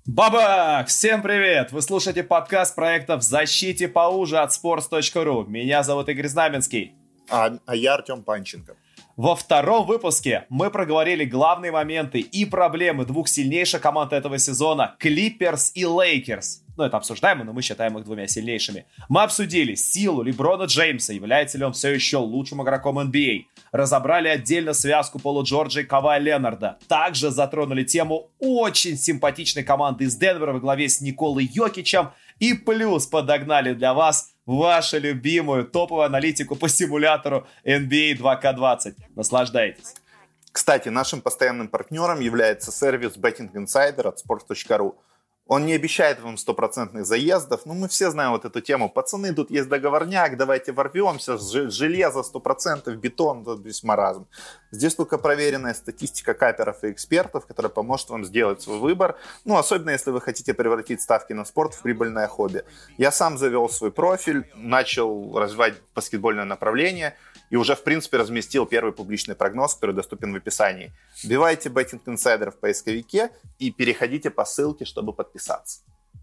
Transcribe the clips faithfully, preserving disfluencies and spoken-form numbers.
Бабах! Всем привет! Вы слушаете подкаст проекта «В защите поуже» от sports точка ру. Меня зовут Игорь Знаменский. А, а я Артем Панченко. Во втором выпуске мы проговорили главные моменты и проблемы двух сильнейших команд этого сезона – Клиперс и Лейкерс. Ну, это обсуждаемо, но мы считаем их двумя сильнейшими. Мы обсудили силу Леброна Джеймса, является ли он все еще лучшим игроком эн би эй. Разобрали отдельно связку Пола Джорджа и Кавая Леонарда. Также затронули тему очень симпатичной команды из Денвера во главе с Николой Йокичем. И плюс подогнали для вас вашу любимую топовую аналитику по симулятору эн би эй два ка двадцать. Наслаждайтесь. Кстати, нашим постоянным партнером является сервис Betting Insider от sports точка ру. Он не обещает вам стопроцентных заездов, но мы все знаем вот эту тему. Пацаны, тут есть договорняк, давайте ворвемся, железо сто процентов, бетон, тут весь маразм. Здесь только проверенная статистика каперов и экспертов, которая поможет вам сделать свой выбор. Ну, особенно если вы хотите превратить ставки на спорт в прибыльное хобби. Я сам завел свой профиль, начал развивать баскетбольное направление и уже, в принципе, разместил первый публичный прогноз, который доступен в описании. Вбивайте Betting Insider в поисковике и переходите по ссылке, чтобы подписаться.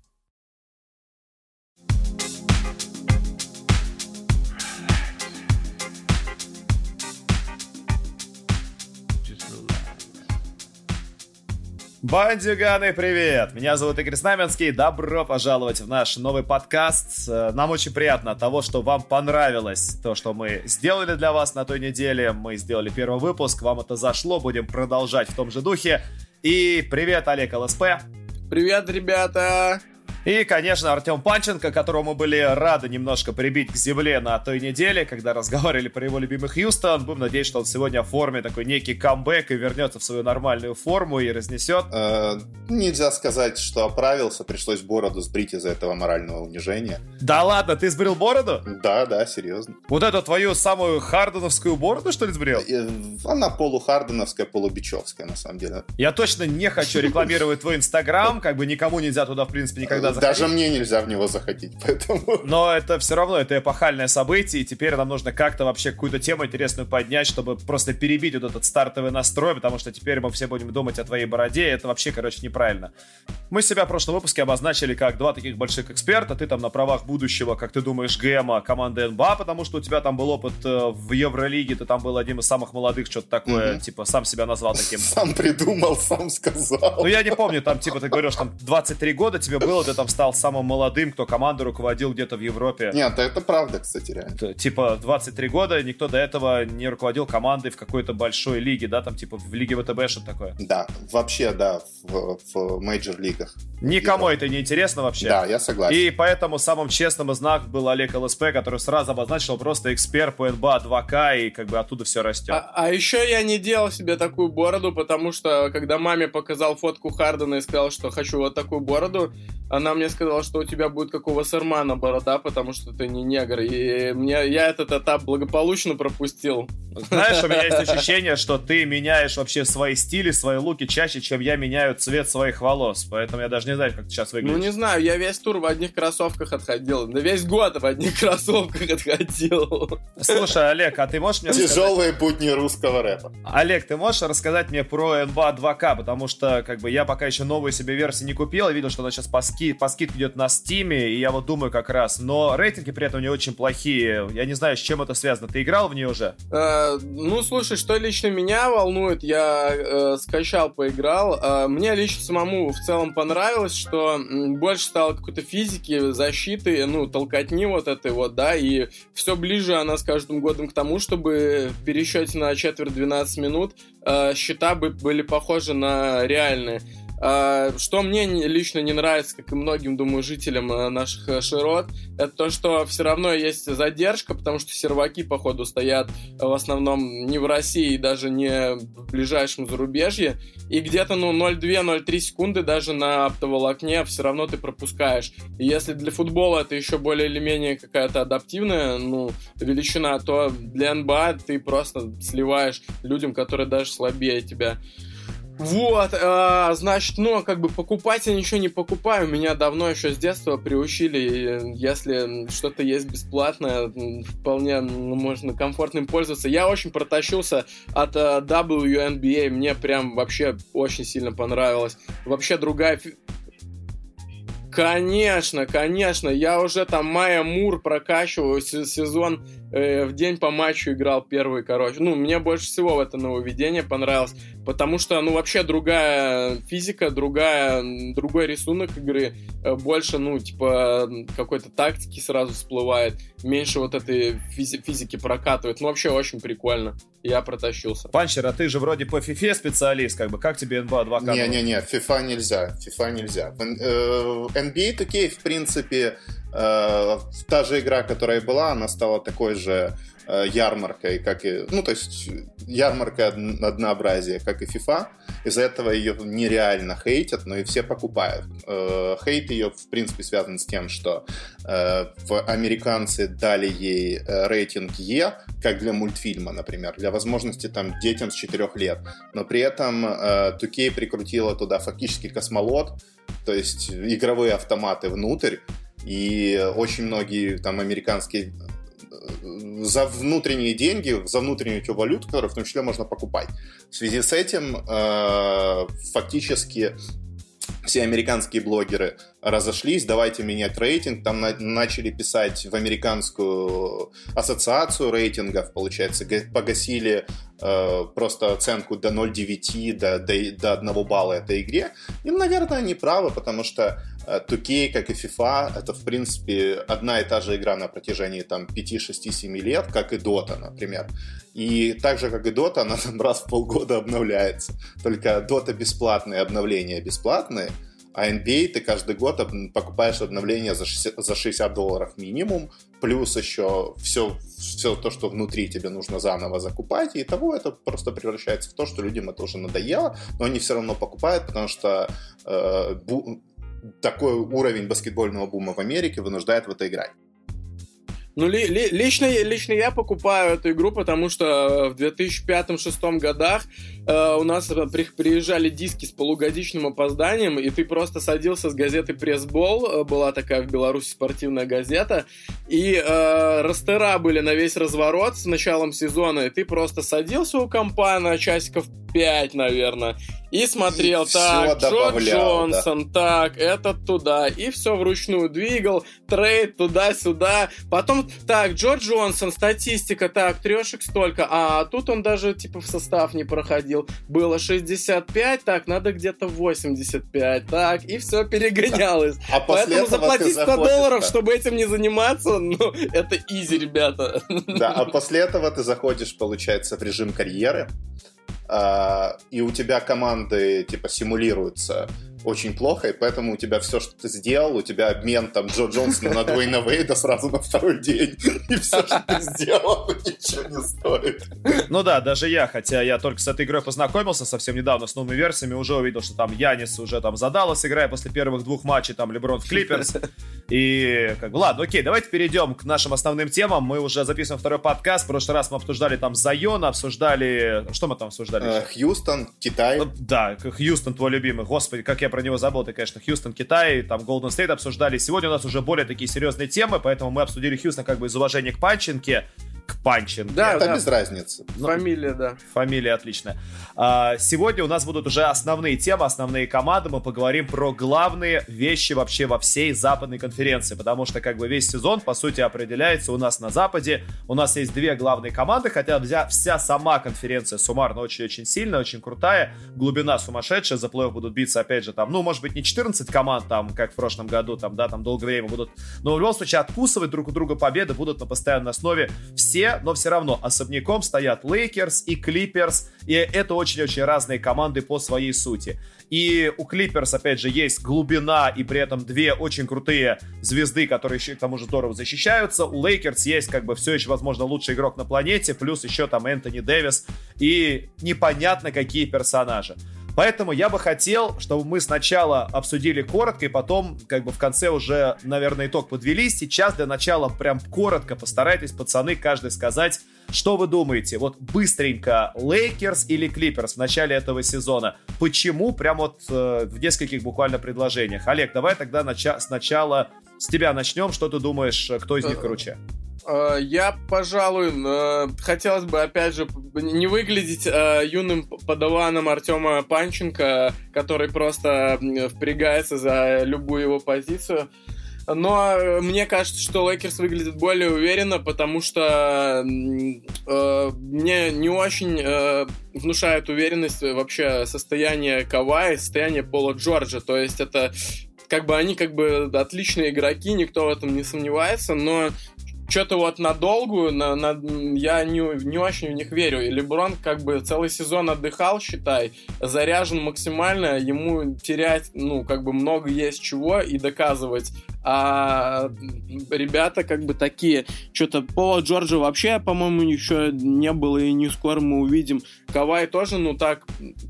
Бандюганы, привет! Меня зовут Игорь Знаменский. Добро пожаловать в наш новый подкаст. Нам очень приятно от того, что вам понравилось то, что мы сделали для вас на той неделе. Мы сделали первый выпуск, вам это зашло, будем продолжать в том же духе. И привет, Олег эл эс пэ. Привет, ребята! И, конечно, Артем Панченко, которого мы были рады немножко прибить к земле на той неделе, когда разговаривали про его любимый Хьюстон. Будем надеяться, что он сегодня оформит такой некий камбэк и вернется в свою нормальную форму и разнесет. Э, нельзя сказать, что оправился. Пришлось бороду сбрить из-за этого морального унижения. Да ладно, ты сбрил бороду? Да, да, серьезно. Вот эту твою самую харденовскую бороду, что ли, сбрил? Она полухарденовская, полубичевская, на самом деле. Я точно не хочу рекламировать твой инстаграм, как бы никому нельзя туда, в принципе, никогда заходить. Даже мне нельзя в него заходить, поэтому... Но это все равно, это эпохальное событие, и теперь нам нужно как-то вообще какую-то тему интересную поднять, чтобы просто перебить вот этот стартовый настрой, потому что теперь мы все будем думать о твоей бороде, и это вообще, короче, неправильно. Мы себя в прошлом выпуске обозначили как два таких больших эксперта, ты там на правах будущего, как ты думаешь, ГМа команды эн би эй, потому что у тебя там был опыт в Евролиге, ты там был одним из самых молодых, что-то такое, mm-hmm. типа, сам себя назвал таким. Сам придумал, сам сказал. Ну, я не помню, там, типа, ты говоришь, там, двадцать три года тебе было, ты там стал самым молодым, кто команду руководил где-то в Европе. Нет, это правда, кстати, реально. Типа, двадцать три года никто до этого не руководил командой в какой-то большой лиге, да, там, типа, в лиге вэ тэ бэ, что-то такое. Да, вообще, да, в, в мейджор-лигах. Никому Европы. Это не интересно вообще. Да, я согласен. И поэтому самым честным из знак был Олег эл эс пэ, который сразу обозначил, что просто эксперт по эн би эй два ка, и как бы оттуда все растет. А, а еще я не делал себе такую бороду, потому что, когда маме показал фотку Хардена и сказал, что хочу вот такую бороду, она мне сказала, что у тебя будет как у Вассермана борода, потому что ты не негр. И мне, я этот этап благополучно пропустил. Знаешь, у меня есть ощущение, что ты меняешь вообще свои стили, свои луки чаще, чем я меняю цвет своих волос. Поэтому я даже не знаю, как ты сейчас выглядишь. Ну, не знаю, я весь тур в одних кроссовках отходил. Да весь год в одних кроссовках отходил. Слушай, Олег, а ты можешь мне рассказать... Тяжелые будни русского рэпа. Олег, ты можешь рассказать мне про эн би эй два ка? Потому что, как бы, я пока еще новую себе версию не купил. Я видел, что она сейчас по, ски... по скидке идет на Стиме, и я вот думаю как раз. Но рейтинги при этом не очень плохие. Я не знаю, с чем это связано. Ты играл в нее уже? Э, ну, слушай, что лично меня волнует, я э, скачал, поиграл. Э, мне лично самому в целом понравилось, что м, больше стало какой-то физики, защиты, ну, толкотни вот этой вот, да, и все ближе она с каждым годом к тому, чтобы в пересчете на четверть двенадцать минут э, счета бы были похожи на реальные. Что мне лично не нравится, как и многим, думаю, жителям наших широт, это то, что все равно есть задержка, потому что серваки, походу, стоят в основном не в России, даже не в ближайшем зарубежье, и где-то, ну, ноль целых две десятых - ноль целых три секунды даже на оптоволокне все равно ты пропускаешь. И если для футбола это еще более или менее какая-то адаптивная, ну, величина, то для эн би эй ты просто сливаешь людям, которые даже слабее тебя. Вот, э, значит, ну, как бы покупать я ничего не покупаю, меня давно еще с детства приучили, если что-то есть бесплатное, вполне можно комфортно им пользоваться. Я очень протащился от э, дабл ю эн би эй, мне прям вообще очень сильно понравилось. Вообще другая... Конечно, конечно. Я уже там Майя Мур прокачиваю сезон, э, в день по матчу играл первый, короче. Ну, мне больше всего это нововведение понравилось, потому что, ну, вообще другая физика, другая, другой рисунок игры, э, больше, ну, типа, какой-то тактики сразу всплывает, меньше вот этой физи- физики прокатывает. Ну, вообще очень прикольно. Я протащился. Панчер, а ты же вроде по фифе специалист, как бы, как тебе эн би эй два? Не-не-не, FIFA нельзя, FIFA нельзя. эн би эй ту кей, в принципе, э, та же игра, которая была, она стала такой же э, ярмаркой, как и... Ну, то есть, ярмарка однообразия, как и FIFA. Из-за этого ее нереально хейтят, но и все покупают. Э, хейт ее, в принципе, связан с тем, что э, в американцы дали ей э, рейтинг Е, как для мультфильма, например, для возможности там детям с четырёх лет. Но при этом э, ту кей прикрутила туда фактически космолот, то есть игровые автоматы внутрь, и очень многие там американские за внутренние деньги, за внутреннюю эту валюту, которую в том числе можно покупать. В связи с этим э, фактически все американские блогеры разошлись, давайте менять рейтинг, там на- начали писать в американскую ассоциацию рейтингов, получается, погасили э, просто оценку до ноль целых девять до, до, до одного балла этой игре. И, наверное, они правы, потому что э, ту кей, как и FIFA, это, в принципе, одна и та же игра на протяжении там, пять, шесть, семь лет, как и Dota, например. И так же, как и Dota, она там раз в полгода обновляется. Только Dota бесплатные, обновления бесплатные, а эн би эй ты каждый год покупаешь обновления за шестьдесят, за шестьдесят долларов минимум, плюс еще все, все то, что внутри тебе нужно заново закупать, и того это просто превращается в то, что людям это уже надоело, но они все равно покупают, потому что э, бу- такой уровень баскетбольного бума в Америке вынуждает в это играть. Ну, ли, ли, лично, лично я покупаю эту игру, потому что в две тысячи пятом-две тысячи шестом годах э, у нас при, приезжали диски с полугодичным опозданием, и ты просто садился с газеты «Пресс-бол», была такая в Беларуси спортивная газета, и э, ростера были на весь разворот с началом сезона, и ты просто садился у компа на часиков пять, наверное, и смотрел, и так, Джо Джонсон, да. Так, этот туда, и все вручную двигал, трейд туда-сюда, потом, так, Джо Джонсон, статистика, так, трешек столько, а тут он даже, типа, в состав не проходил, было шестьдесят пять, так, надо где-то восемьдесят пять, так, и все перегонялось. А Поэтому заплатить сто долларов, чтобы этим не заниматься, ну, это изи, ребята. Да, а после этого ты заходишь, получается, в режим карьеры, Uh, и у тебя команды типа симулируются очень плохо, и поэтому у тебя все, что ты сделал, у тебя обмен там Джо Джонсона на Дуэйна Вейда сразу на второй день, и все, что ты сделал, ничего не стоит. Ну да, даже я, хотя я только с этой игрой познакомился совсем недавно с новыми версиями, уже увидел, что там Янис уже там за Даллас играет после первых двух матчей, там Леброн в Клиперс, и как бы, ладно, окей, давайте перейдем к нашим основным темам. Мы уже записываем второй подкаст, в прошлый раз мы обсуждали там Зайона, обсуждали, что мы там обсуждали? Uh, Хьюстон, Китай. Ну, да, Хьюстон твой любимый, господи, как я про него забыл, ты, конечно, Хьюстон, Китай, там Голден Стейт обсуждали. Сегодня у нас уже более такие серьезные темы, поэтому мы обсудили Хьюстон как бы из уважения к Панченке, к Панченке. Да, это да. Без разницы. Ну, фамилия, да. Фамилия отличная. А, сегодня у нас будут уже основные темы, основные команды. Мы поговорим про главные вещи вообще во всей западной конференции, потому что как бы весь сезон, по сути, определяется у нас на Западе. У нас есть две главные команды, хотя вся, вся сама конференция суммарно очень-очень сильная, очень крутая. Глубина сумасшедшая, за плей-офф будут биться, опять же, там, ну, может быть, не четырнадцать команд, там, как в прошлом году, там, да, там долгое время будут, но в любом случае откусывать друг у друга победы будут на постоянной основе все. Но все равно особняком стоят Лейкерс и Клиперс, и это очень-очень разные команды по своей сути. И у Клиперс, опять же, есть глубина и при этом две очень крутые звезды, которые еще к тому же здорово защищаются. У Лейкерс есть как бы все еще, возможно, лучший игрок на планете, плюс еще там Энтони Дэвис и непонятно какие персонажи. Поэтому я бы хотел, чтобы мы сначала обсудили коротко, и потом, как бы в конце уже, наверное, итог подвели. Сейчас для начала прям коротко постарайтесь, пацаны, каждый сказать, что вы думаете. Вот быстренько, Лейкерс или Клиперс в начале этого сезона? Почему? Прям вот э, в нескольких буквально предложениях. Олег, давай тогда нача- сначала с тебя начнем. Что ты думаешь, кто из них круче? Я, пожалуй, хотелось бы, опять же, не выглядеть юным подаваном Артема Панченко, который просто впрягается за любую его позицию. Но мне кажется, что Лейкерс выглядит более уверенно, потому что э, мне не очень э, внушает уверенность вообще состояние Кавай, состояние Пола Джорджа. То есть это как бы они как бы отличные игроки, никто в этом не сомневается, но что-то вот надолгу на, на, я не, не очень в них верю. И Леброн как бы целый сезон отдыхал, считай, заряжен максимально, ему терять, ну, как бы много есть чего и доказывать. А ребята как бы такие, что-то Пола Джорджа вообще, по-моему, еще не было и не скоро мы увидим. Кавай тоже, ну так...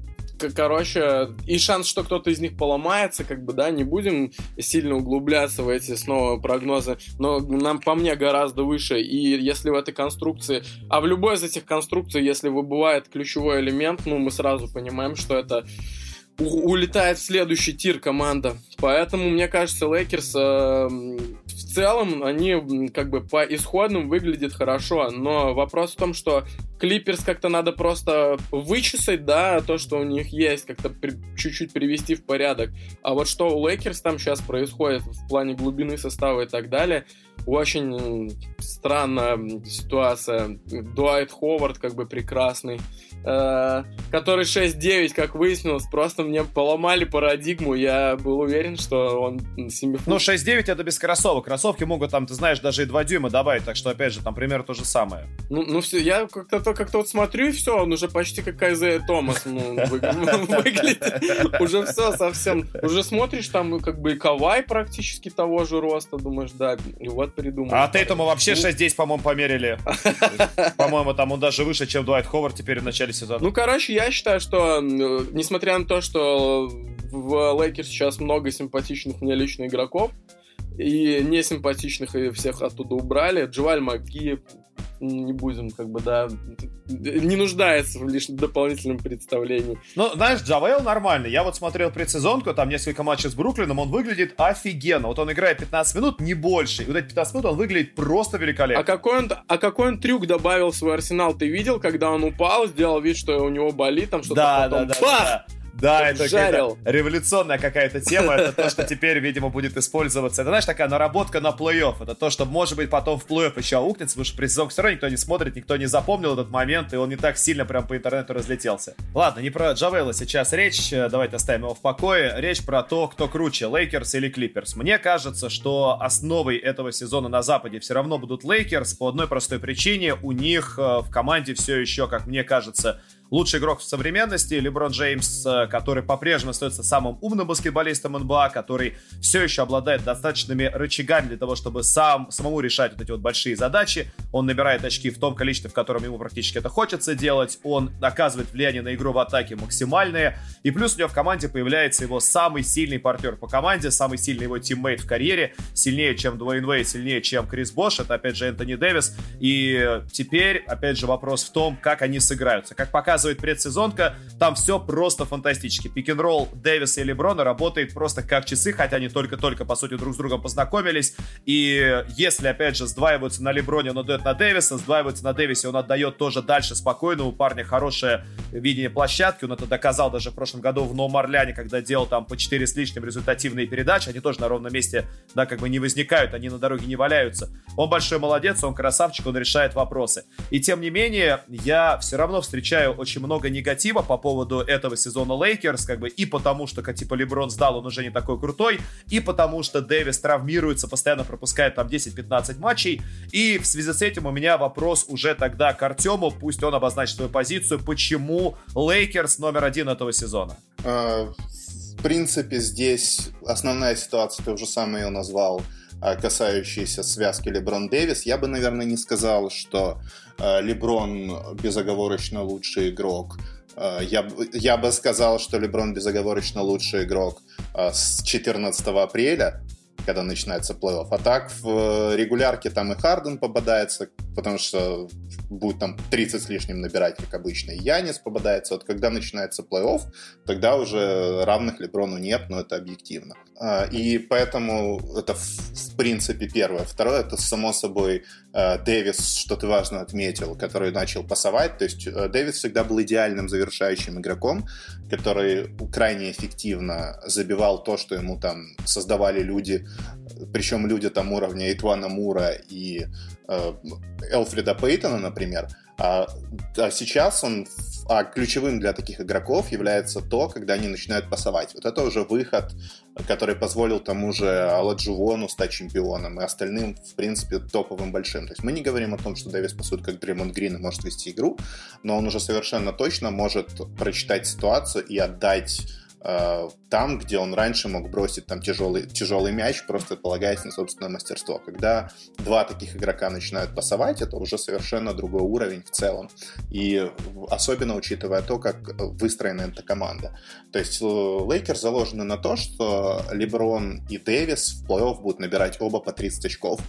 Короче, и шанс, что кто-то из них поломается, как бы, да, не будем сильно углубляться в эти снова прогнозы, но нам, по мне, гораздо выше, и если в этой конструкции, а в любой из этих конструкций, если выбывает ключевой элемент, ну, мы сразу понимаем, что это у- улетает в следующий тир команда, поэтому, мне кажется, Лейкерс э, в целом, они как бы по исходным выглядят хорошо, но вопрос в том, что Клиперс как-то надо просто вычесать, да, то, что у них есть, как-то при, чуть-чуть привести в порядок. А вот что у Лейкерс там сейчас происходит в плане глубины состава и так далее, очень странная ситуация. Дуайт Ховард как бы прекрасный, э, который шесть девять, как выяснилось, просто мне поломали парадигму. Я был уверен, что он семифут. Ну, шесть девять это без кроссовок. Кроссовки могут там, ты знаешь, даже и два дюйма добавить, так что, опять же, там примерно то же самое. Ну, ну все, я как-то, как-то вот смотрю, и все, он уже почти как Айзея Томас ну, выглядит. Уже все совсем. Уже смотришь, там как бы и Кавай практически того же роста, думаешь, да, и вот придумал. А Тейтума вообще шесть десять, по-моему, померили. По-моему, там он даже выше, чем Дуайт Ховард теперь в начале сезона. Ну, короче, я считаю, что, несмотря на то, что в Лейкерс сейчас много симпатичных мне лично игроков, и несимпатичных и всех оттуда убрали, Джаваль Маки, не будем, как бы, да, не нуждается в лишнем дополнительном представлении. Ну, знаешь, Джавел нормальный. Я вот смотрел предсезонку, там несколько матчей с Бруклином, он выглядит офигенно. Вот он играет пятнадцать минут, не больше. И вот эти пятнадцать минут он выглядит просто великолепно. А какой он, а какой он трюк добавил в свой арсенал? Ты видел, когда он упал, сделал вид, что у него болит, там что-то да, потом... Да, да, да, да. Да, это жарил. Революционная какая-то тема. Это то, что теперь, видимо, будет использоваться. Это, знаешь, такая наработка на плей-офф. Это то, что, может быть, потом в плей-офф еще аукнется, потому что предсезонку все равно никто не смотрит, никто не запомнил этот момент, и он не так сильно прям по интернету разлетелся. Ладно, не про Джавела сейчас речь, давайте оставим его в покое. Речь про то, кто круче, Лейкерс или Клиперс. Мне кажется, что основой этого сезона на Западе все равно будут Лейкерс по одной простой причине. У них в команде все еще, как мне кажется, лучший игрок в современности, Леброн Джеймс, который по-прежнему остается самым умным баскетболистом эн бэ а, который все еще обладает достаточными рычагами для того, чтобы сам, самому решать вот эти вот большие задачи. Он набирает очки в том количестве, в котором ему практически это хочется делать. Он оказывает влияние на игру в атаке максимальное. И плюс у него в команде появляется его самый сильный партнер по команде, самый сильный его тиммейт в карьере, сильнее, чем Дуэйн Уэйд, сильнее, чем Крис Бош. Это, опять же, Энтони Дэвис. И теперь, опять же, вопрос в том, как они сыграются. Как показывает предсезонка, там все просто фантастически. Пик-н-ролл Дэвиса и Леброна работает просто как часы, хотя они только-только, по сути, друг с другом познакомились. И если, опять же, сдваиваются на Леброне, он отдает на Дэвиса, сдваиваются на Дэвисе, он отдает тоже дальше спокойно. У парня хорошее видение площадки. Он это доказал даже в прошлом году в Новом Орлеане, когда делал там по четыре с лишним результативные передачи. Они тоже на ровном месте, да, как бы не возникают, они на дороге не валяются. Он большой молодец, он красавчик, он решает вопросы. И тем не менее, я все равно встречаю очень очень много негатива по поводу этого сезона Лейкерс, как бы и потому, что как, типа Леброн сдал, он уже не такой крутой, и потому, что Дэвис травмируется, постоянно пропускает там десять-пятнадцать матчей, и в связи с этим у меня вопрос уже тогда к Артему, пусть он обозначит свою позицию, почему Лейкерс номер один этого сезона? В принципе, здесь основная ситуация, ты уже сам ее назвал, касающиеся связки Леброн-Дэвис. Я бы, наверное, не сказал, что Леброн безоговорочно лучший игрок. Я, я бы сказал, что Леброн безоговорочно лучший игрок с четырнадцатого апреля, когда начинается плей-офф. А так в регулярке там и Харден попадается, потому что будет там тридцать с лишним набирать, как обычно, и Янис попадается. Вот когда начинается плей-офф, тогда уже равных Леброну нет, но это объективно. И поэтому это в принципе первое. Второе, это само собой Дэвис, что ты важно отметил, который начал пасовать. То есть Дэвис всегда был идеальным завершающим игроком, который крайне эффективно забивал то, что ему там создавали люди, причем люди там уровня Этуана Мура и э, Элфрида Пейтона, например. А, а сейчас он, а ключевым для таких игроков является то, когда они начинают пасовать. Вот это уже выход, который позволил тому же Аладжувону стать чемпионом и остальным, в принципе, топовым большим. То есть мы не говорим о том, что Дэвис пасует как Дреймонд Грин и может вести игру, но он уже совершенно точно может прочитать ситуацию и отдать там, где он раньше мог бросить там тяжелый, тяжелый мяч, просто полагаясь на собственное мастерство. Когда два таких игрока начинают пасовать, это уже совершенно другой уровень в целом. И особенно учитывая то, как выстроена эта команда. То есть Лейкерс заложены на то, что Леброн и Дэвис в плей-офф будут набирать оба по тридцать очков.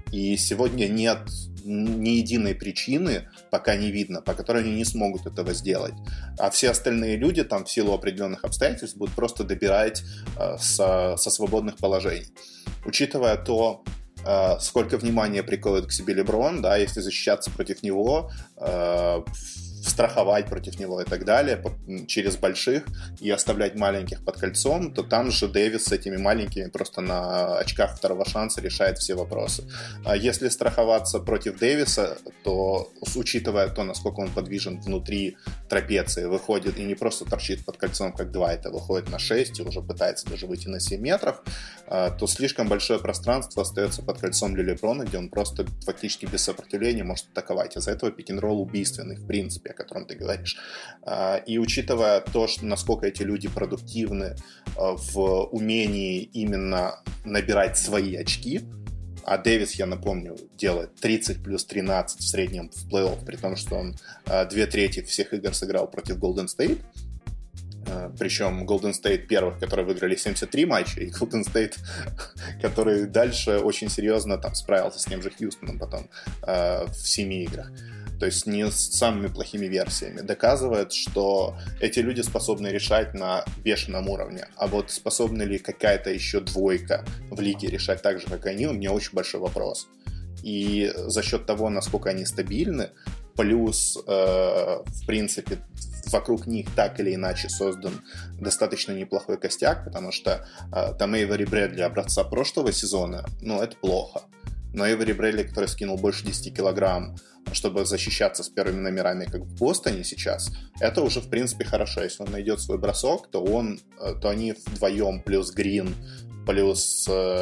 И сегодня нет ни единой причины, пока не видно, по которой они не смогут этого сделать. А все остальные люди там в силу определенных обстоятельств будут просто добирать э, со, со свободных положений. Учитывая то, э, сколько внимания приковывает к себе Леброн, да, если защищаться против него, э, страховать против него и так далее через больших и оставлять маленьких под кольцом, то там же Дэвис с этими маленькими просто на очках второго шанса решает все вопросы. А если страховаться против Дэвиса, то, учитывая то, насколько он подвижен внутри трапеции, выходит и не просто торчит под кольцом, как Двайт, а выходит на шесть и уже пытается даже выйти на семь метров, то слишком большое пространство остается под кольцом для Леброна, где он просто фактически без сопротивления может атаковать. Из-за этого пик-н-ролл убийственный, в принципе, о котором ты говоришь. И учитывая то, что, насколько эти люди продуктивны в умении именно набирать свои очки, а Дэвис, я напомню, делает тридцать плюс тринадцать в среднем в плей-офф, при том, что он две трети всех игр сыграл против Golden State. Причем Golden State первых, которые выиграли семьдесят три матча, и Golden State, который дальше очень серьезно там справился с тем же Хьюстоном потом в семи играх. То есть не с самыми плохими версиями, доказывает, что эти люди способны решать на бешеном уровне. А вот способна ли какая-то еще двойка в лиге решать так же, как они, у меня очень большой вопрос. И за счет того, насколько они стабильны, плюс, э, в принципе, вокруг них так или иначе создан достаточно неплохой костяк, потому что э, там Эйвори Брэдли образца прошлого сезона, ну, это плохо. Но Эйвори Брэдли, который скинул больше десять килограмм, чтобы защищаться с первыми номерами, как в Бостоне сейчас, это уже, в принципе, хорошо. Если он найдет свой бросок, то, он, то они вдвоем плюс Грин, плюс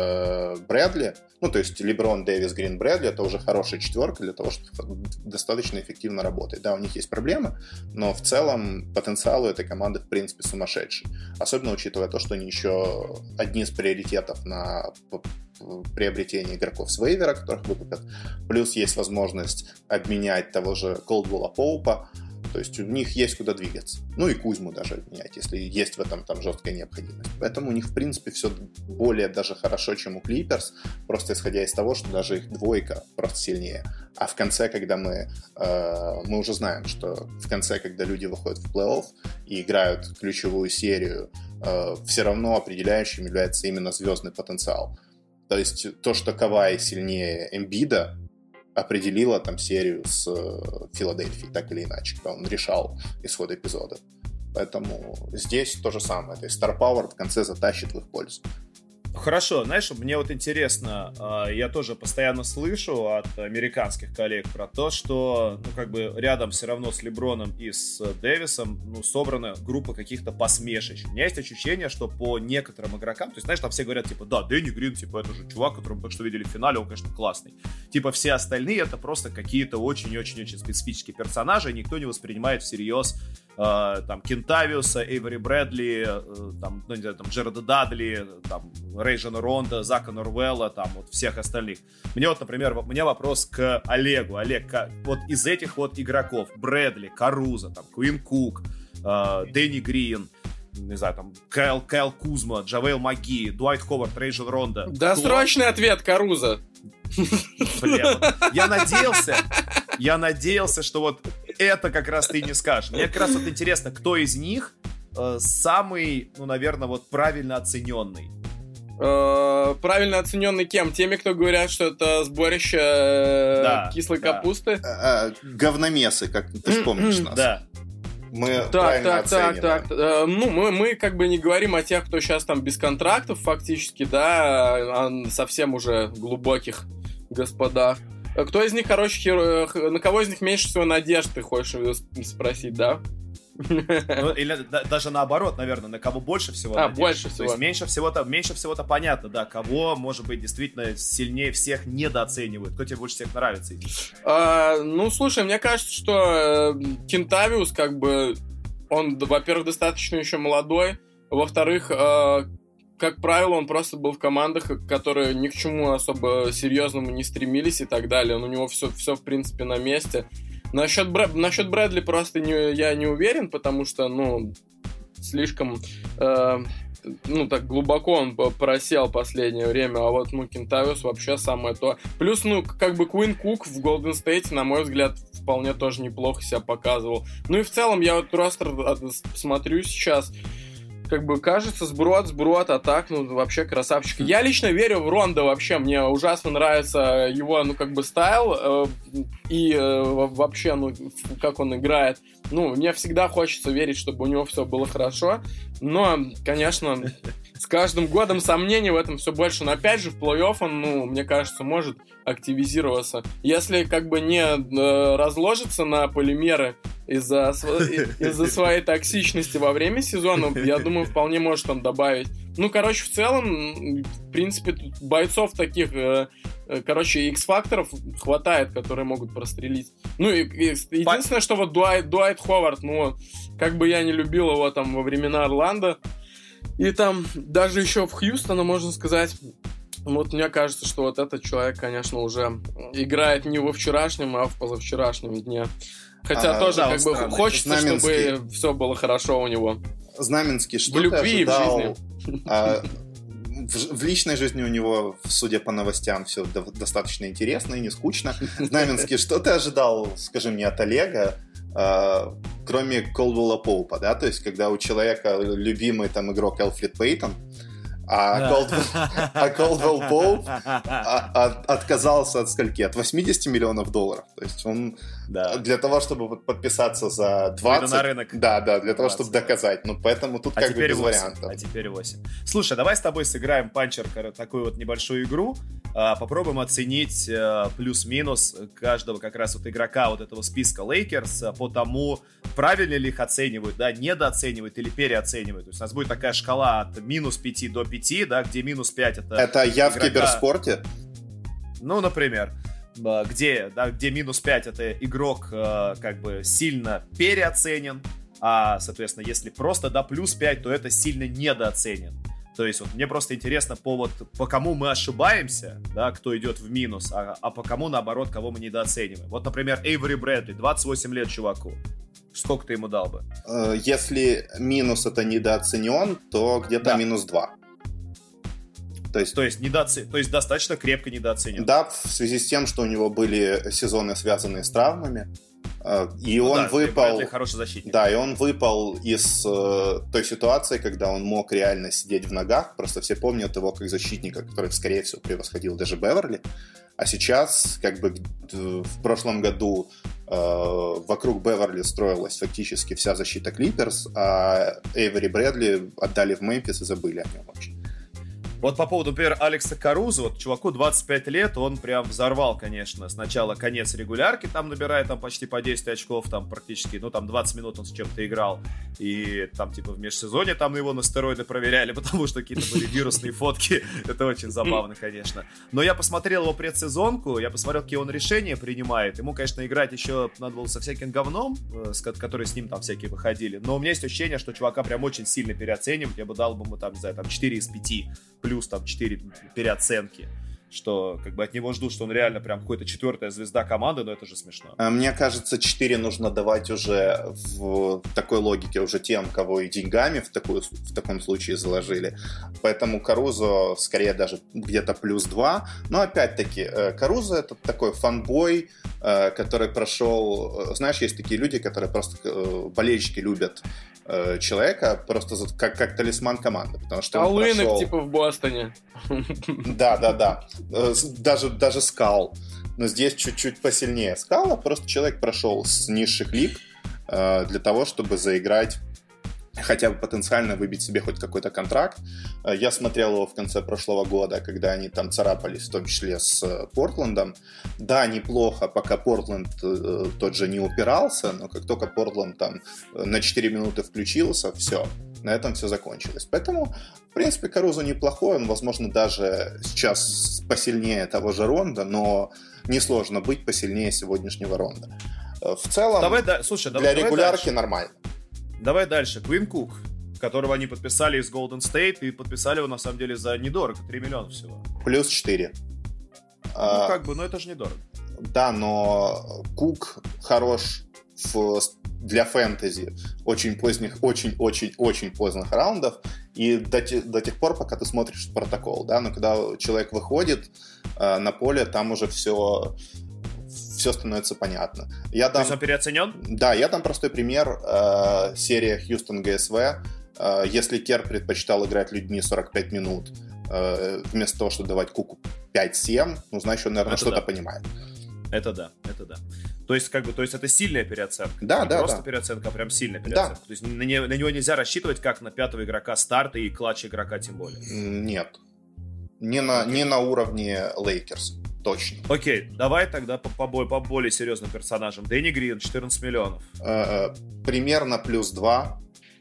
э, Брэдли, ну, то есть Леброн, Дэвис, Грин, Брэдли, это уже хорошая четверка для того, чтобы достаточно эффективно работать. Да, у них есть проблемы, но в целом потенциал у этой команды, в принципе, сумасшедший. Особенно учитывая то, что они еще одни из приоритетов на приобретение игроков с вейвера, которых выкупят. Плюс есть возможность обменять того же Колдвелла Поупа. То есть у них есть куда двигаться. Ну и Кузьму даже обменять, если есть в этом там жесткая необходимость. Поэтому у них, в принципе, все более даже хорошо, чем у Клиперс, просто исходя из того, что даже их двойка просто сильнее. А в конце, когда мы... Э, мы уже знаем, что в конце, когда люди выходят в плей-офф и играют ключевую серию, э, все равно определяющим является именно звездный потенциал. То есть то, что Кавай сильнее Эмбида, определила там серию с э, Филадельфией, так или иначе, когда он решал исход эпизода. Поэтому здесь то же самое. То есть Star Power в конце затащит в их пользу. Хорошо, знаешь, мне вот интересно, я тоже постоянно слышу от американских коллег про то, что, ну, как бы рядом все равно с Леброном и с Дэвисом, ну, собрана группа каких-то посмешищ. У меня есть ощущение, что по некоторым игрокам, то есть, знаешь, там все говорят, типа, да, Дэнни Грин, типа, это же чувак, которого мы только что видели в финале, он, конечно, классный. Типа, все остальные это просто какие-то очень-очень-очень специфические персонажи, и никто не воспринимает всерьез Uh, там, Кентавиуса, Эйвори Брэдли, uh, там, ну, не знаю, там, Джереда Дадли, там, Рейджана Ронда, Зака Норвелла, там, вот, всех остальных. Мне вот, например, у меня вопрос к Олегу. Олег, как, вот из этих вот игроков, Брэдли, Карузо, там, Куин Кук, uh, Дэнни Грин, не знаю, там, Кайл, Кайл Кузма, Джавейл Маги, Дуайт Ховард, Рейджин Рондо. Досрочный ответ, Карузо. Блин, я надеялся, я надеялся, что вот это как раз ты не скажешь. Мне как раз вот интересно, кто из них э, самый, ну, наверное, вот правильно оцененный. Правильно оцененный кем? Теми, кто говорят, что это сборище да, кислой да. капусты? А, а, говномесы, как ты же помнишь нас. Да. Мы так, правильно так, оцениваем. Так, так, так. Ну, мы, мы как бы не говорим о тех, кто сейчас там без контрактов фактически, да, о совсем уже глубоких господах. Кто из них, короче, на кого из них меньше всего надежд, ты хочешь спросить, да? Ну, или да, даже наоборот, наверное, на кого больше всего а, надежд. больше всего. То есть меньше всего-то, меньше всего-то понятно, да, кого, может быть, действительно сильнее всех недооценивают. Кто тебе больше всех нравится? А, ну, слушай, мне кажется, что Кентавиус, как бы, он, во-первых, достаточно еще молодой, во-вторых, как правило, он просто был в командах, которые ни к чему особо серьезному не стремились и так далее. У него все, все в принципе, на месте. Насчет, Брэд... Насчет Брэдли просто не... я не уверен, потому что, ну, слишком, э, ну, так глубоко он просел в последнее время, а вот, ну, Кентавиус вообще самое то. Плюс, ну, как бы Куин Кук в Голден Стейте, на мой взгляд, вполне тоже неплохо себя показывал. Ну и в целом я вот ростер смотрю сейчас, как бы кажется, сброд, сброд, а так, ну, вообще красавчик. Я лично верю в Рондо вообще, мне ужасно нравится его, ну, как бы стайл, э, и э, вообще, ну, как он играет. Ну, мне всегда хочется верить, чтобы у него все было хорошо, но, конечно, с каждым годом сомнений в этом все больше. Но, опять же, в плей-офф он, ну, мне кажется, может активизироваться. Если, как бы, не э, разложится на полимеры из-за, из-за своей токсичности во время сезона, я думаю, вполне может он добавить. Ну, короче, в целом, в принципе, тут бойцов таких, э, короче, X-факторов хватает, которые могут прострелить. Ну, и, и единственное, что вот Дуайт, Дуайт Ховард, ну, как бы я не любил его там во времена Орландо, и там даже еще в Хьюстоне, можно сказать, вот мне кажется, что вот этот человек, конечно, уже играет не во вчерашнем, а в позавчерашнем дне. Хотя а, тоже, да, как бы, странный. Хочется, Знаменский. Чтобы все было хорошо у него. Знаменский, что в любви ты ожидал? И в жизни. А, в, в личной жизни у него, судя по новостям, все до, достаточно интересно и не скучно. Знаменский, что ты ожидал, скажи мне, от Олега, а, кроме Колдуэлла Поупа, да? То есть, когда у человека любимый там игрок Элфрид Пейтон, а Колдуэлл Поуп отказался от скольки? От восемьдесят миллионов долларов. То есть он да. для того, чтобы подписаться за двадцать... на рынок. Да, да, для того, чтобы доказать. Ну, поэтому тут а как бы без восемь. Вариантов. А теперь восемь. Слушай, давай с тобой сыграем панчер, такую вот небольшую игру. Попробуем оценить плюс-минус каждого как раз вот игрока вот этого списка Лейкерс по тому, правильно ли их оценивают, да, недооценивают или переоценивают. То есть у нас будет такая шкала от минус пяти до пяти, да, где минус пять это... Это я игрока... в киберспорте? Ну, например, где, да, где минус пять это игрок как бы сильно переоценен, а, соответственно, если просто до плюс пять, то это сильно недооценен. То есть вот мне просто интересно по, вот, по кому мы ошибаемся, да, кто идет в минус, а, а по кому, наоборот, кого мы недооцениваем. Вот, например, Эйвори Брэдли, двадцать восемь лет чуваку. Сколько ты ему дал бы? Если минус это недооценен, то где-то да. минус два. То есть, то, есть недооцен... то есть достаточно крепко недооценен. Да, в связи с тем, что у него были сезоны, связанные с травмами. И ну он да, выпал, хороший защитник. Да, и он выпал из э, той ситуации, когда он мог реально сидеть в ногах. Просто все помнят его как защитника, который, скорее всего, превосходил даже Беверли. А сейчас, как бы в прошлом году э, вокруг Беверли строилась фактически вся защита Клиперс, а Эйвори Брэдли отдали в Мемфис и забыли о нем вообще. Вот по поводу, например, Алекса Карузо, вот чуваку двадцать пять лет, он прям взорвал, конечно. Сначала конец регулярки, там набирает там почти по десять очков, там практически, ну там двадцать минут он с чем-то играл. И там типа в межсезонье там его на стероиды проверяли, потому что какие-то были вирусные фотки. Это очень забавно, конечно. Но я посмотрел его предсезонку, я посмотрел, какие он решения принимает. Ему, конечно, играть еще надо было со всяким говном, которые с ним там всякие выходили. Но у меня есть ощущение, что чувака прям очень сильно переоценивают. Я бы дал бы ему там, не знаю, там четыре из пяти. Плюс там четыре переоценки. что как бы от него ждут, что он реально прям какой-то четвертая звезда команды, но это же смешно. Мне кажется, четыре нужно давать уже в такой логике уже тем, кого и деньгами в, такую, в таком случае заложили. Поэтому Карузо скорее даже где-то плюс два. Но опять-таки, Карузо это такой фанбой, который прошел... Знаешь, есть такие люди, которые просто болельщики любят человека просто как, как талисман команды, потому что он Алынок, прошел... типа в Бостоне. Да, да, да. Даже, даже Скал. Но здесь чуть-чуть посильнее Скала. Просто человек прошел с низших лиг э, для того, чтобы заиграть, хотя бы потенциально выбить себе хоть какой-то контракт. Я смотрел его в конце прошлого года, когда они там царапались, в том числе с Портландом. Да, неплохо, пока Портленд э, тот же не упирался, но как только Портленд там на четыре минуты включился, все, на этом все закончилось. Поэтому, в принципе, Карузо неплохой, он, возможно, даже сейчас посильнее того же Ронда, но несложно быть посильнее сегодняшнего Ронда. В целом, давай, да, слушай, для давай, регулярки давай нормально. Давай дальше. Квин Кук, которого они подписали из Golden State, и подписали его, на самом деле, за недорого, три миллиона всего. Плюс четыре. Ну, а, как бы, но это же недорого. Да, но Кук хорош в, для фэнтези очень поздних, очень-очень-очень поздних раундов, и до, те, до тех пор, пока ты смотришь протокол, да, но когда человек выходит э, на поле, там уже все... все становится понятно. Я дам... То есть он переоценен? Да, я дам простой пример. Э, серия Хьюстон ГСВ. Э, если Кер предпочитал играть людьми сорок пять минут, э, вместо того, чтобы давать Куку пять-семь, ну, значит, он, наверное, это что-то да. понимает. Это да, это да. То есть, как бы, то есть это сильная переоценка. Да, не да, просто да. переоценка, а прям сильная переоценка. Да. То есть на, не, на него нельзя рассчитывать как на пятого игрока старта и клатч игрока тем более. Нет. Не на, не на уровне Лейкерс. Точно. Окей, давай тогда по, по, по более серьезным персонажам. Дэнни Грин, четырнадцать миллионов. Э, примерно плюс два.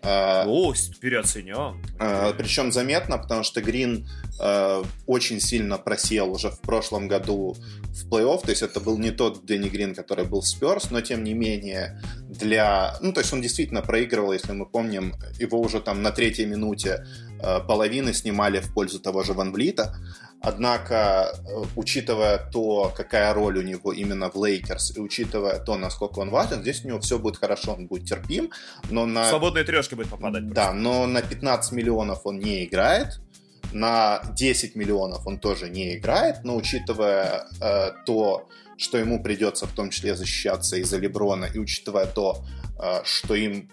О, переоценен. Э, причем заметно, потому что Грин э, очень сильно просел уже в прошлом году в плей-офф. То есть это был не тот Дэнни Грин, который был в Спёрс, но тем не менее для... Ну, то есть он действительно проигрывал, если мы помним, его уже там на третьей минуте э, половины снимали в пользу того же Ван Влита. Однако, учитывая то, какая роль у него именно в Лейкерс, и учитывая то, насколько он важен, здесь у него все будет хорошо, он будет терпим. Но на... Свободные трешки будет попадать. Да, просто. Но на пятнадцать миллионов он не играет, на десять миллионов он тоже не играет, но учитывая э, то, что ему придется в том числе защищаться из-за Леброна, и учитывая то, э, что им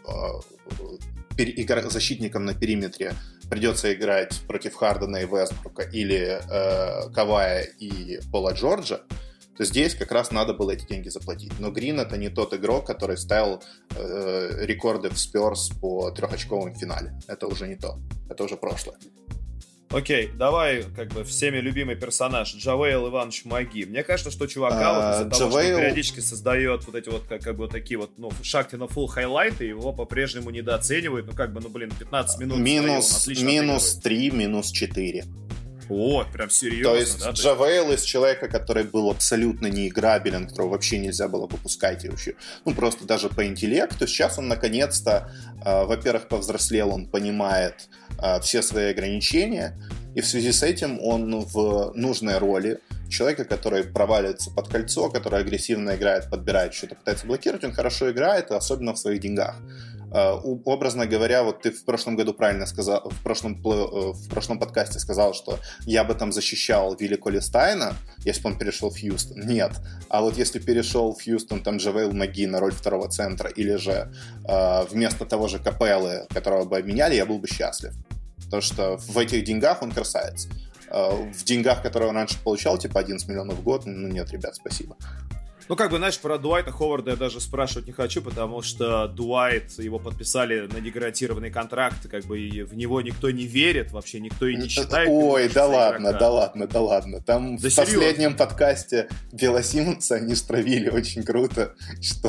э, пер... защитникам на периметре придется играть против Хардена и Вестбрука или э, Кавая и Пола Джорджа, то здесь как раз надо было эти деньги заплатить. Но Грин — это не тот игрок, который ставил э, рекорды в Спёрс по трехочковым финале. Это уже не то. Это уже прошлое. Окей, давай, как бы, всеми любимый персонаж Джавейл Иванович Маги. Мне кажется, что чувака а, вот из-за Джавейл... того, что он периодически создает вот эти вот, как, как бы, вот такие вот, ну, Шактина фулл хайлайты, его по-прежнему недооценивают. Ну, как бы, ну, блин, пятнадцать минут. Минус, минус три, минус четыре. О, прям серьезно, То есть да? Джавейл из человека, который был абсолютно неиграбелен, которого вообще нельзя было выпускать и вообще, ну, просто даже по интеллекту. Сейчас он наконец-то, э, во-первых, повзрослел, он понимает э, все свои ограничения, и в связи с этим он в нужной роли человека, который проваливается под кольцо, который агрессивно играет, подбирает, что-то пытается блокировать, он хорошо играет, особенно в своих деньгах. Uh, образно говоря, вот ты в прошлом году правильно сказал, в прошлом, в прошлом подкасте сказал, что я бы там защищал Вилли Колистайна, если бы он перешел в Хьюстон. Нет. А вот если перешел в Хьюстон там Джавейл Маги на роль второго центра, или же uh, вместо того же Капеллы, которого бы обменяли, я был бы счастлив. Потому что в этих деньгах он красавец. Uh, в деньгах, которые он раньше получал, типа одиннадцать миллионов в год, ну нет, ребят, спасибо. Ну, как бы, знаешь, про Дуайта Ховарда я даже спрашивать не хочу, потому что Дуайт, его подписали на негарантированный контракт, как бы и в него никто не верит, вообще никто и не считает. Ой, да ладно, игрока. да ладно, да ладно. Там да в серьезно? Последнем подкасте Билла Симмонса они стравили очень круто, что,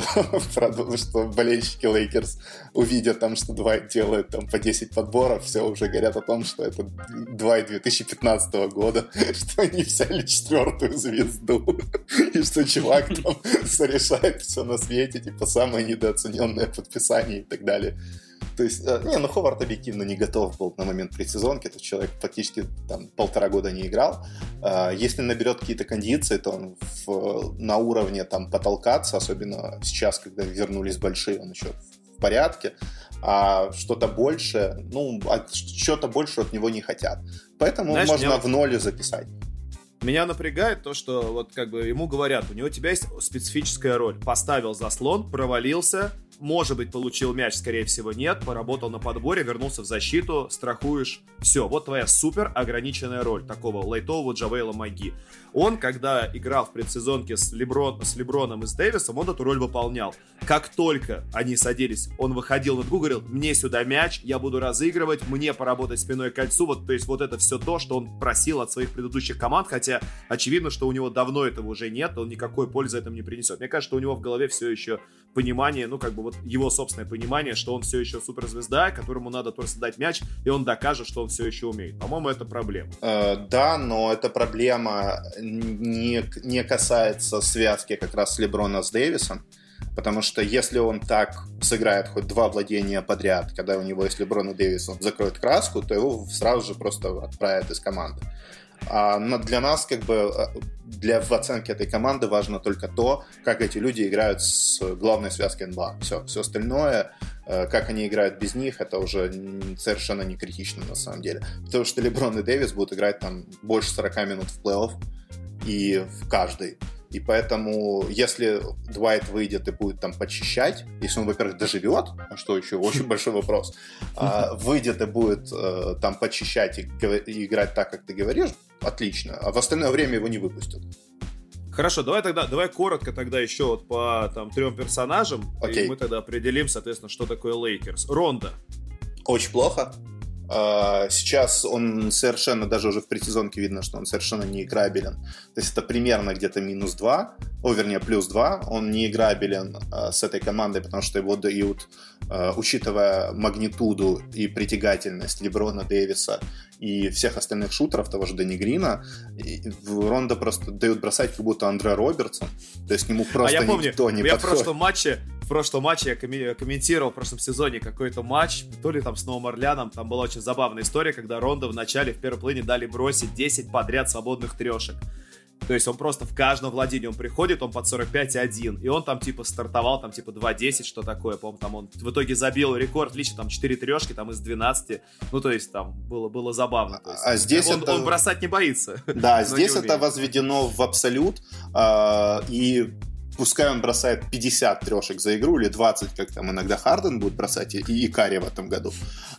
что болельщики Лейкерс увидят там, что Дуайт делает там по десять подборов, все уже говорят о том, что это Дуайт две тысячи пятнадцатого года, что они взяли четвертую звезду, и что чувак там решает все на свете, типа самое недооцененное подписание и так далее. То есть, не, ну Ховард объективно не готов был на момент предсезонки, этот человек фактически там полтора года не играл. Если наберет какие-то кондиции, то он в, на уровне там потолкаться, особенно сейчас, когда вернулись большие, он еще в порядке. А что-то большее, ну, что-то больше от него не хотят. Поэтому Знаешь, можно меня... в ноле записать. Меня напрягает то, что вот как бы ему говорят, у него у тебя есть специфическая роль. Поставил заслон, провалился, может быть, получил мяч, скорее всего, нет, поработал на подборе, вернулся в защиту, страхуешь. Все, вот твоя супер ограниченная роль такого лайтового Джавейла Маги. Он, когда играл в предсезонке с, Леброн, с Леброном и с Дэвисом, он эту роль выполнял. Как только они садились, он выходил на дугу, говорил, мне сюда мяч, я буду разыгрывать, мне поработать спиной к кольцу. Вот, то есть вот это все то, что он просил от своих предыдущих команд, хотя очевидно, что у него давно этого уже нет, он никакой пользы этому не принесет. Мне кажется, что у него в голове все еще понимание, ну как бы вот его собственное понимание, что он все еще суперзвезда, которому надо просто дать мяч, и он докажет, что он все еще умеет. По-моему, это проблема. Э, да, но эта проблема не, не касается связки как раз Леброна с Дэвисом, потому что если он так сыграет хоть два владения подряд, когда у него есть Леброн и Дэвис, он закроет краску, то его сразу же просто отправят из команды. А для нас, как бы, для в оценке этой команды важно только то, как эти люди играют с главной связкой эн би эй. Все, все остальное, как они играют без них, это уже совершенно не критично на самом деле. Потому что Леброн и Дэвис будут играть там больше сорок минут в плей-офф и в каждый. И поэтому, если Двайт выйдет и будет там подчищать, если он, во-первых, доживет, что еще очень большой вопрос, выйдет и будет там подчищать и играть так, как ты говоришь, отлично. А в остальное время его не выпустят. Хорошо, давай тогда, давай коротко тогда еще вот по там трем персонажам, okay. И мы тогда определим, соответственно, что такое Лейкерс. Рондо. Очень плохо. Сейчас он совершенно, даже уже в предсезонке видно, что он совершенно не играбелен. То есть это примерно где-то минус два, о, вернее, плюс два. Он не играбелен с этой командой, потому что его дают, учитывая магнитуду и притягательность Леброна, Дэвиса и всех остальных шутеров, того же Дэнни Грина, Рондо просто дают бросать, как будто Андре Робертсон. То есть к нему просто а я никто помню, не я подходит. В прошлом матче В прошлом матче я комментировал в прошлом сезоне какой-то матч, то ли там с Новым Орлеаном, там была очень забавная история, когда Рондо в начале, в первой половине дали бросить десять подряд свободных трешек. То есть он просто в каждом владении, он приходит, он под сорок пять один, и он там типа стартовал, там типа два десять, что такое, по-моему, там он в итоге забил рекорд, лично там четыре трешки, там из двенадцати, ну то есть там было, было забавно. То есть, а здесь он, это... он бросать не боится. Да, здесь это возведено в абсолют, э, и пускай он бросает пятьдесят трешек за игру или двадцать, как там иногда Харден будет бросать, и, и Карри в этом году.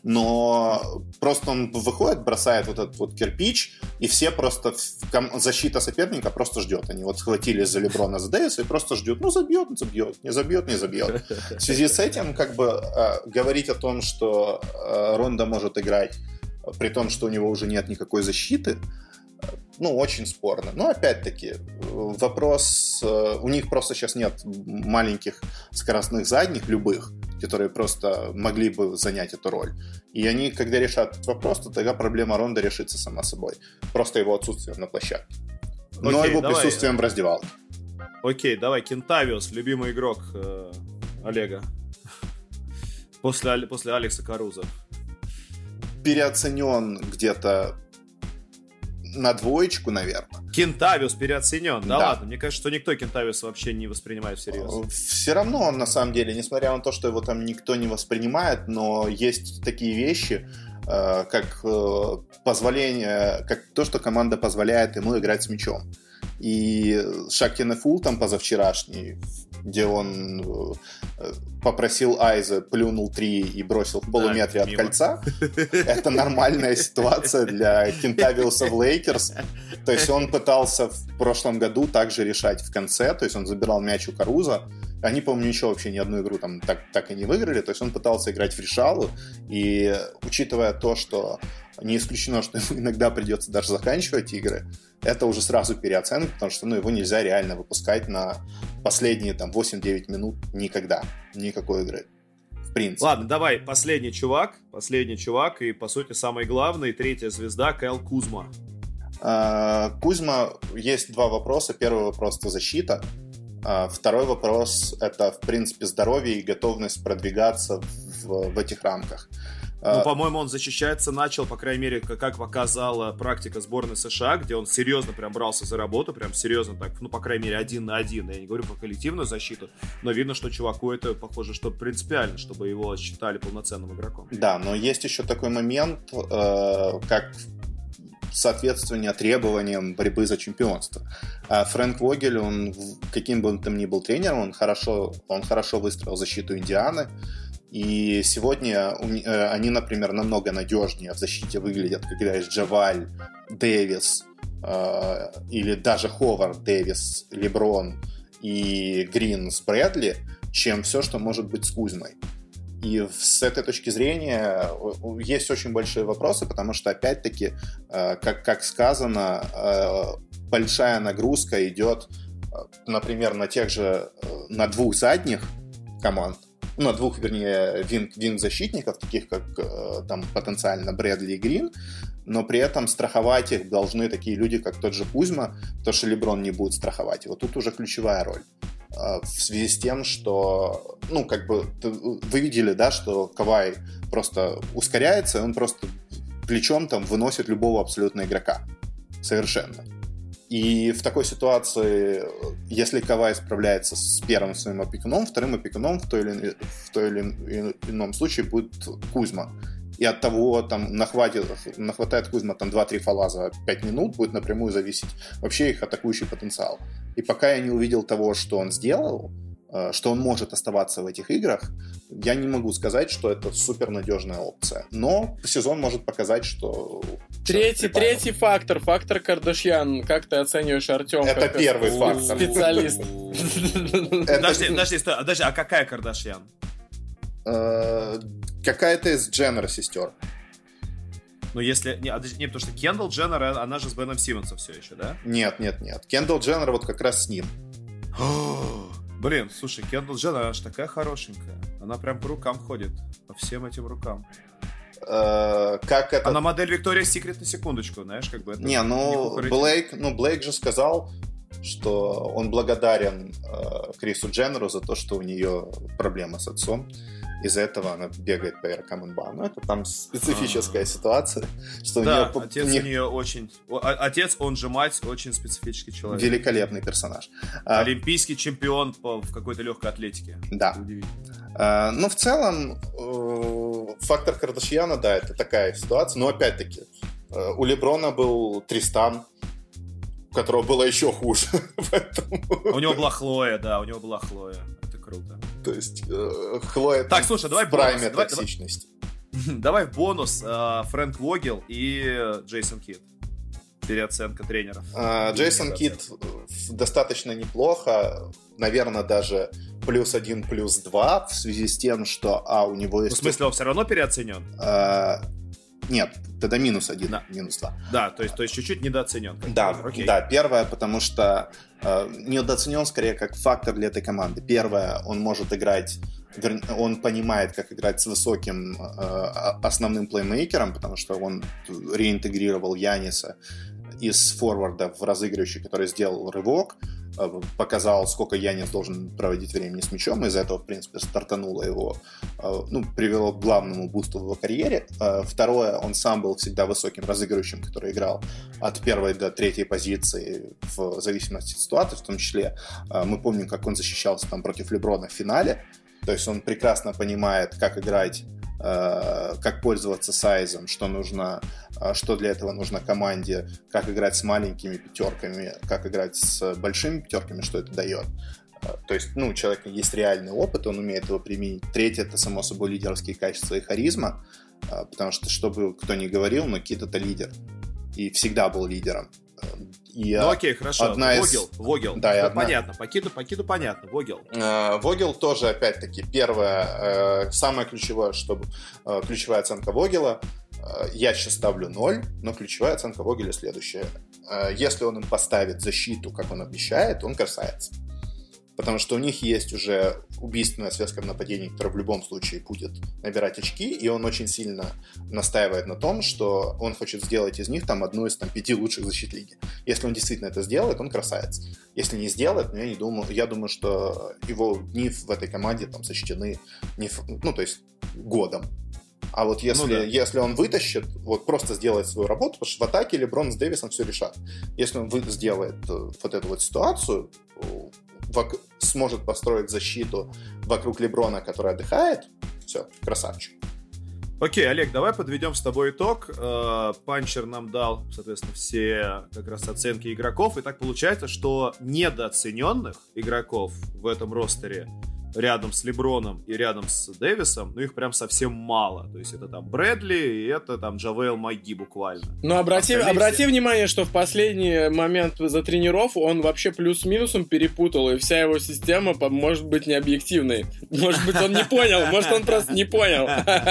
Но просто он выходит, бросает вот этот вот кирпич, и все просто... Защита соперника просто ждет. Они вот схватились за Леброна, за Дэвиса и просто ждут. Ну, забьет, не забьет, не забьет, не забьет. В связи с этим, как бы, э, говорить о том, что э, Рондо может играть, при том, что у него уже нет никакой защиты, ну, очень спорно. Но, опять-таки, вопрос... У них просто сейчас нет маленьких скоростных задних, любых, которые просто могли бы занять эту роль. И они, когда решат этот вопрос, то тогда проблема Рондо решится сама собой. Просто его отсутствием на площадке. Но Окей, его давай. присутствием в раздевалке. Окей, давай, Кентавиус, любимый игрок э, Олега. После, после Алекса Карузо. Переоценен где-то на двоечку, наверное. Кентавиус переоценен. Да, да ладно, мне кажется, что никто Кентавиус вообще не воспринимает всерьез. Все равно он, на самом деле, несмотря на то, что его там никто не воспринимает, но есть такие вещи, э, как э, позволение, как то, что команда позволяет ему играть с мячом. И Шактин Фул там позавчерашний, где он попросил Айза, плюнул три и бросил в полуметре да, от мимо. кольца. Это нормальная ситуация для Кентавиуса в Лейкерс. То есть он пытался в прошлом году также решать в конце, то есть он забирал мяч у Карузо. Они, по-моему, ничего вообще, ни одну игру там так, так и не выиграли. То есть он пытался играть в решалу. И учитывая то, что не исключено, что ему иногда придется даже заканчивать игры, это уже сразу переоценка, потому что ну, его нельзя реально выпускать на последние там, восемь-девять минут никогда. Никакой игры. В принципе. Ладно, давай, последний чувак. Последний чувак и, по сути, самый главный, третья звезда, Кайл Кузма. Кузма, есть два вопроса. Первый вопрос — это защита. Второй вопрос — это, в принципе, здоровье и готовность продвигаться в, в этих рамках. Ну, по-моему, он защищаться начал, по крайней мере, как показала практика сборной США, где он серьезно прям брался за работу, прям серьезно так, ну, по крайней мере, один на один. Я не говорю про коллективную защиту, но видно, что чуваку это, похоже, что принципиально, чтобы его считали полноценным игроком. Да, но есть еще такой момент, э, как соответствие требованиям борьбы за чемпионство. А Фрэнк Вогель, он, каким бы он там ни был тренером, он хорошо, он хорошо выстроил защиту Индианы. И сегодня они, например, намного надежнее в защите выглядят, когда есть Джаваль, Дэвис э, или даже Ховард, Дэвис, Леброн и Грин с Брэдли, чем все, что может быть с Кузьмой. И с этой точки зрения есть очень большие вопросы, потому что, опять-таки, э, как, как сказано, э, большая нагрузка идет, например, на тех же, на двух задних команд, на двух, вернее, винг-защитников, таких как там потенциально Брэдли и Грин, но при этом страховать их должны такие люди, как тот же Кузьма, то, что Леброн не будет страховать. И вот тут уже ключевая роль. В связи с тем, что, ну, как бы, вы видели, да, что Кавай просто ускоряется, и он просто плечом там выносит любого абсолютно игрока. Совершенно. И в такой ситуации, если Кавай справляется с первым своим опекуном, вторым опекуном в той или, в той или ином случае будет Кузьма. И от того, там, нахватит, нахватает Кузьма там два-три фола за пять минут, будет напрямую зависеть вообще их атакующий потенциал. И пока я не увидел того, что он сделал, что он может оставаться в этих играх, я не могу сказать, что это супернадежная опция. Но сезон может показать, что... Третий, третий фактор, фактор Кардашьян. Как ты оцениваешь, Артем? Это первый фактор. Специалист. Подожди, подожди, подожди, а какая Кардашьян? Какая-то из Дженнер сестер. Ну, если... Не, не, потому что Кендалл Дженнер, она же с Беном Симмонсом все еще, да? Нет, нет, нет. Кендалл Дженнер вот как раз с ним. Блин, слушай, Кендалл Дженнер, она же такая хорошенькая. Она прям по рукам ходит. По всем этим рукам. Uh, как это... Она модель Виктория Секрет, на секундочку, знаешь, как бы это... Не, ну, Блейк, ну, Блейк же сказал, что он благодарен э, Крису Дженнеру за то, что у нее проблема с отцом. Из-за этого она бегает по игрокам эн би эй. Ну, это там специфическая А-а-а. ситуация. Что да, у нее... отец не... у нее очень... Отец, он же мать, очень специфический человек. Великолепный персонаж. Олимпийский чемпион по, в какой-то легкой атлетике. Да. Uh, ну, в целом, uh, фактор Кардашьяна, да, это такая ситуация. Но, опять-таки, uh, у Леброна был Тристан, у которого было еще хуже. У него была Хлоя, да, у него была Хлоя. Это круто. То есть, uh, Хлоя так, слушай, давай в прайме токсичности. Давай, давай в бонус uh, Фрэнк Вогел и Джейсон Кидд. Переоценка тренеров. Uh, Джейсон Кидд достаточно неплохо. Наверное, даже плюс один, плюс два, в связи с тем, что а, у него есть... Ну, в смысле, он все равно переоценен? А, нет, тогда минус один, да. минус два. Да, то есть, то есть чуть-чуть недооценен. Да, да, первое, потому что э, недооценен скорее как фактор для этой команды. Первое, он может играть, он понимает, как играть с высоким э, основным плеймейкером, потому что он реинтегрировал Яниса из форварда в разыгрывающий, который сделал рывок, показал, сколько Янис должен проводить времени с мячом, из-за этого, в принципе, стартануло его, ну, привело к главному бусту в его карьере. Второе, он сам был всегда высоким разыгрывающим, который играл от первой до третьей позиции в зависимости от ситуации, в том числе мы помним, как он защищался там против Леброна в финале, то есть он прекрасно понимает, как играть, как пользоваться сайзом, что нужно, что для этого нужно команде, как играть с маленькими пятерками, как играть с большими пятерками, что это дает. То есть, ну, у человека есть реальный опыт, он умеет его применить. Третье — это, само собой, лидерские качества и харизма, потому что, что бы кто ни говорил, но Кит — это лидер. И всегда был лидером. И ну окей, хорошо. Одна Вогел, из... Вогел. Да, ну, одна... понятно. По Киду, по Киду понятно. Вогел. Э, Вогел тоже, опять-таки, первое, э, самое ключевое, чтобы э, ключевая оценка Вогела. Э, я сейчас ставлю ноль, но ключевая оценка Вогеля следующая. Э, если он им поставит защиту, как он обещает, он красавец. потому что у них есть уже убийственная связка в нападении, которая в любом случае будет набирать очки, и он очень сильно настаивает на том, что он хочет сделать из них там одну из там, пяти лучших защит лиги. Если он действительно это сделает, он красавец. Если не сделает, ну, я не думаю, я думаю, что его дни в этой команде там сочтены, не, ну, то есть годом. А вот если, ну, да. если он вытащит, вот просто сделает свою работу, потому что в атаке Леброн с Дэвисом все решат. Если он сделает вот эту вот ситуацию, сможет построить защиту вокруг Леброна, который отдыхает, все, красавчик. Окей, Олег, давай подведем с тобой итог. Панчер нам дал, соответственно, все как раз оценки игроков, и так получается, что недооцененных игроков в этом ростере рядом с Леброном и рядом с Дэвисом, ну, их прям совсем мало. То есть это там Брэдли и это там Джавейл Маги буквально. Но обрати, обрати все... внимание, что в последний момент за тренеров он вообще плюс-минусом перепутал, и вся его система может быть не объективной. Может быть, он не понял, может, он просто не понял.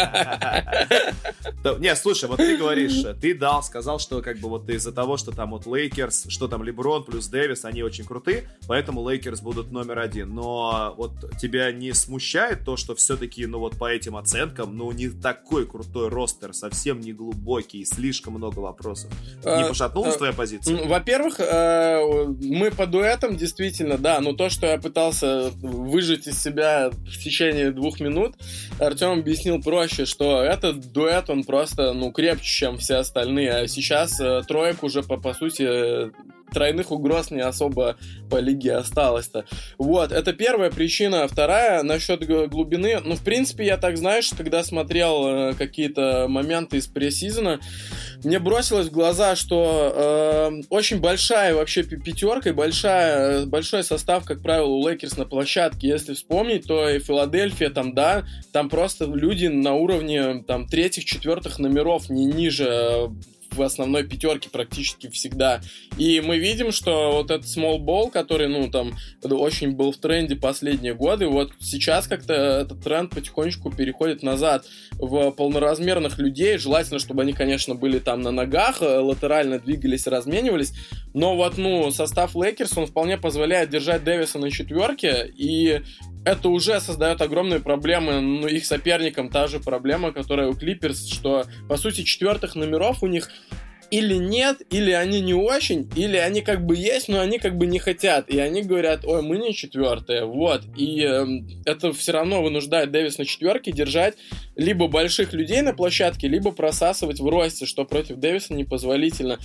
Не, слушай, вот ты говоришь, ты дал, сказал, что как бы вот из-за того, что там вот Лейкерс, что там Леброн плюс Дэвис, они очень крутые, поэтому Лейкерс будут номер один. Но вот тебе тебя не смущает то, что все-таки, ну вот по этим оценкам, ну не такой крутой ростер, совсем не глубокий, и слишком много вопросов? Не пошатнулась твоя позиция? Во-первых, мы по дуэтам действительно, да, но то, что я пытался выжать из себя в течение двух минут, Артем объяснил проще, что этот дуэт, он просто, ну, крепче, чем все остальные, а сейчас троек уже, по, по сути, тройных угроз не особо по лиге осталось-то. Вот, это первая причина. Вторая, насчет глубины. Ну, в принципе, я так, знаешь, когда смотрел э, какие-то моменты из пресизона, мне бросилось в глаза, что э, очень большая вообще пятерка и большая, большой состав, как правило, у Лейкерс на площадке. Если вспомнить, то и Филадельфия, там, да, там просто люди на уровне там третьих, четвертых номеров, не ниже в основной пятерке практически всегда. И мы видим, что вот этот small ball, который, ну, там, очень был в тренде последние годы, вот сейчас как-то этот тренд потихонечку переходит назад в полноразмерных людей. Желательно, чтобы они, конечно, были там на ногах, латерально двигались, разменивались. Но вот, ну, состав Лейкерс, он вполне позволяет держать Дэвиса на четверке, и это уже создает огромные проблемы, ну, их соперникам та же проблема, которая у Клиперс, что, по сути, четвертых номеров у них или нет, или они не очень, или они как бы есть, но они как бы не хотят, и они говорят, ой, мы не четвертые, вот, и э, это все равно вынуждает Дэвис на четверке держать либо больших людей на площадке, либо просасывать в росте, что против Дэвиса непозволительно.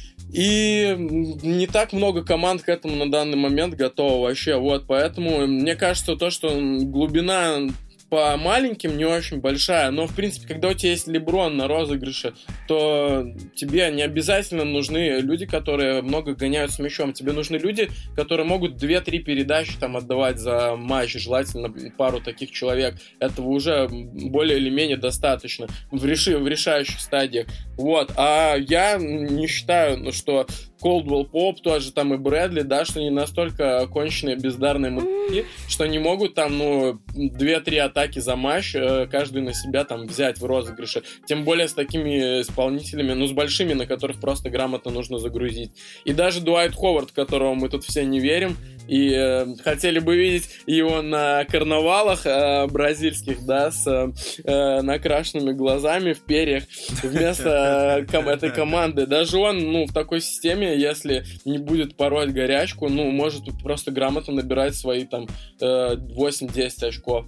И не так много команд к этому на данный момент готово вообще, вот, поэтому мне кажется, то, что глубина по маленьким не очень большая, но, в принципе, когда у тебя есть Леброн на розыгрыше, то тебе не обязательно нужны люди, которые много гоняют с мячом, тебе нужны люди, которые могут две-три передачи там отдавать за матч, желательно пару таких человек, этого уже более или менее достаточно в, реши- в решающих стадиях, вот, а я не считаю, что Колдуэлл Поп, тот же там и Брэдли, да, что они настолько конченые бездарные мужики, что не могут там, ну, две-три атаки за матч э, каждый на себя там взять в розыгрыше. Тем более с такими исполнителями, ну, с большими, на которых просто грамотно нужно загрузить. И даже Дуайт Ховард, которого мы тут все не верим, и э, хотели бы видеть его на карнавалах э, бразильских, да, с э, накрашенными глазами в перьях вместо э, ком- этой команды. Даже он, ну, в такой системе, если не будет пороть горячку, ну, может просто грамотно набирать свои там э, восемь-десять очков.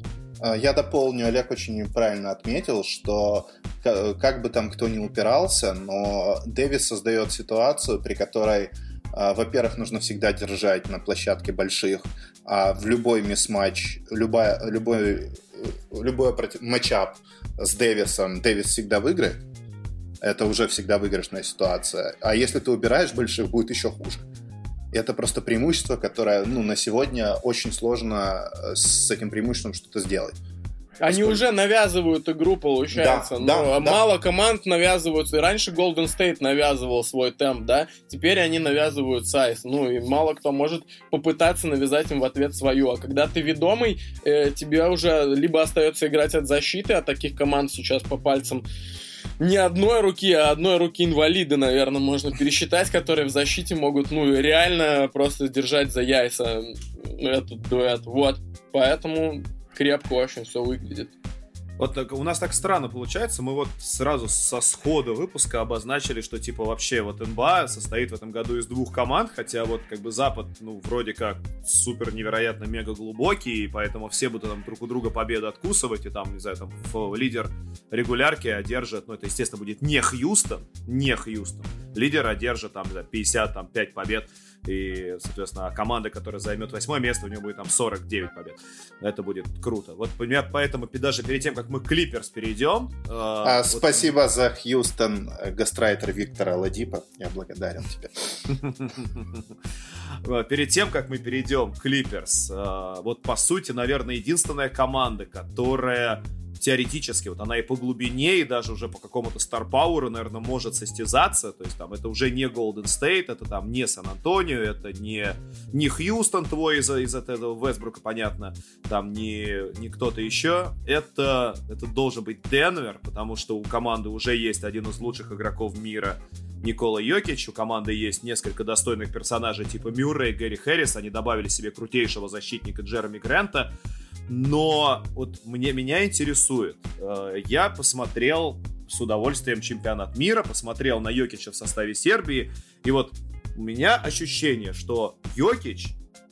Я дополню, Олег очень правильно отметил, что как бы там кто ни упирался, но Дэвис создает ситуацию, при которой, во-первых, нужно всегда держать на площадке больших, а в любой мисс-матч, любая, любой, любой против... матчап с Дэвисом, Дэвис всегда выиграет. Это уже всегда выигрышная ситуация. А если ты убираешь больших, будет еще хуже. И это просто преимущество, которое, ну, на сегодня очень сложно с этим преимуществом что-то сделать. Они Поскольку... уже навязывают игру, получается. Да, но да, мало да. команд навязываются. И раньше Golden State навязывал свой темп, да? Теперь они навязывают сайз. Ну, и мало кто может попытаться навязать им в ответ свою. А когда ты ведомый, э, тебе уже либо остается играть от защиты, а таких команд сейчас по пальцам не одной руки, а одной руки инвалида, наверное, можно пересчитать, которые в защите могут, ну, реально просто держать за яйца этот дуэт. Вот. Поэтому крепко очень все выглядит. Вот так, у нас так странно получается, мы вот сразу со схода выпуска обозначили, что типа вообще вот эн би эй состоит в этом году из двух команд, хотя вот как бы Запад, ну, вроде как супер невероятно мега глубокий, и поэтому все будут там друг у друга победы откусывать, и там, не знаю, там лидер регулярки одержит, ну, это, естественно, будет не Хьюстон, не Хьюстон, лидер одержит там, не знаю, пятьдесят пять побед, и, соответственно, команда, которая займет восьмое место, у нее будет там сорок девять побед. Это будет круто. Вот поэтому даже перед тем, как мы к Клиперс перейдем... Э, а, вот... Спасибо за Хьюстон, гастрайтер Виктора Ладипа. Я благодарен тебе. Перед тем, как мы перейдем к Клиперс, вот по сути, наверное, единственная команда, которая... теоретически, вот она и по глубине, и даже уже по какому-то старпауэру, наверное, может состязаться, то есть там это уже не Golden State, это там не Сан-Антонио, это не, не Хьюстон твой из, из этого Вестбрука, понятно, там не, не кто-то еще, это, это должен быть Денвер, потому что у команды уже есть один из лучших игроков мира, Никола Йокич, у команды есть несколько достойных персонажей типа Мюррей, Гэри Хэррис, они добавили себе крутейшего защитника Джереми Грэнта. Но вот мне, меня интересует, э, я посмотрел с удовольствием чемпионат мира, посмотрел на Йокича в составе Сербии, и вот у меня ощущение, что Йокич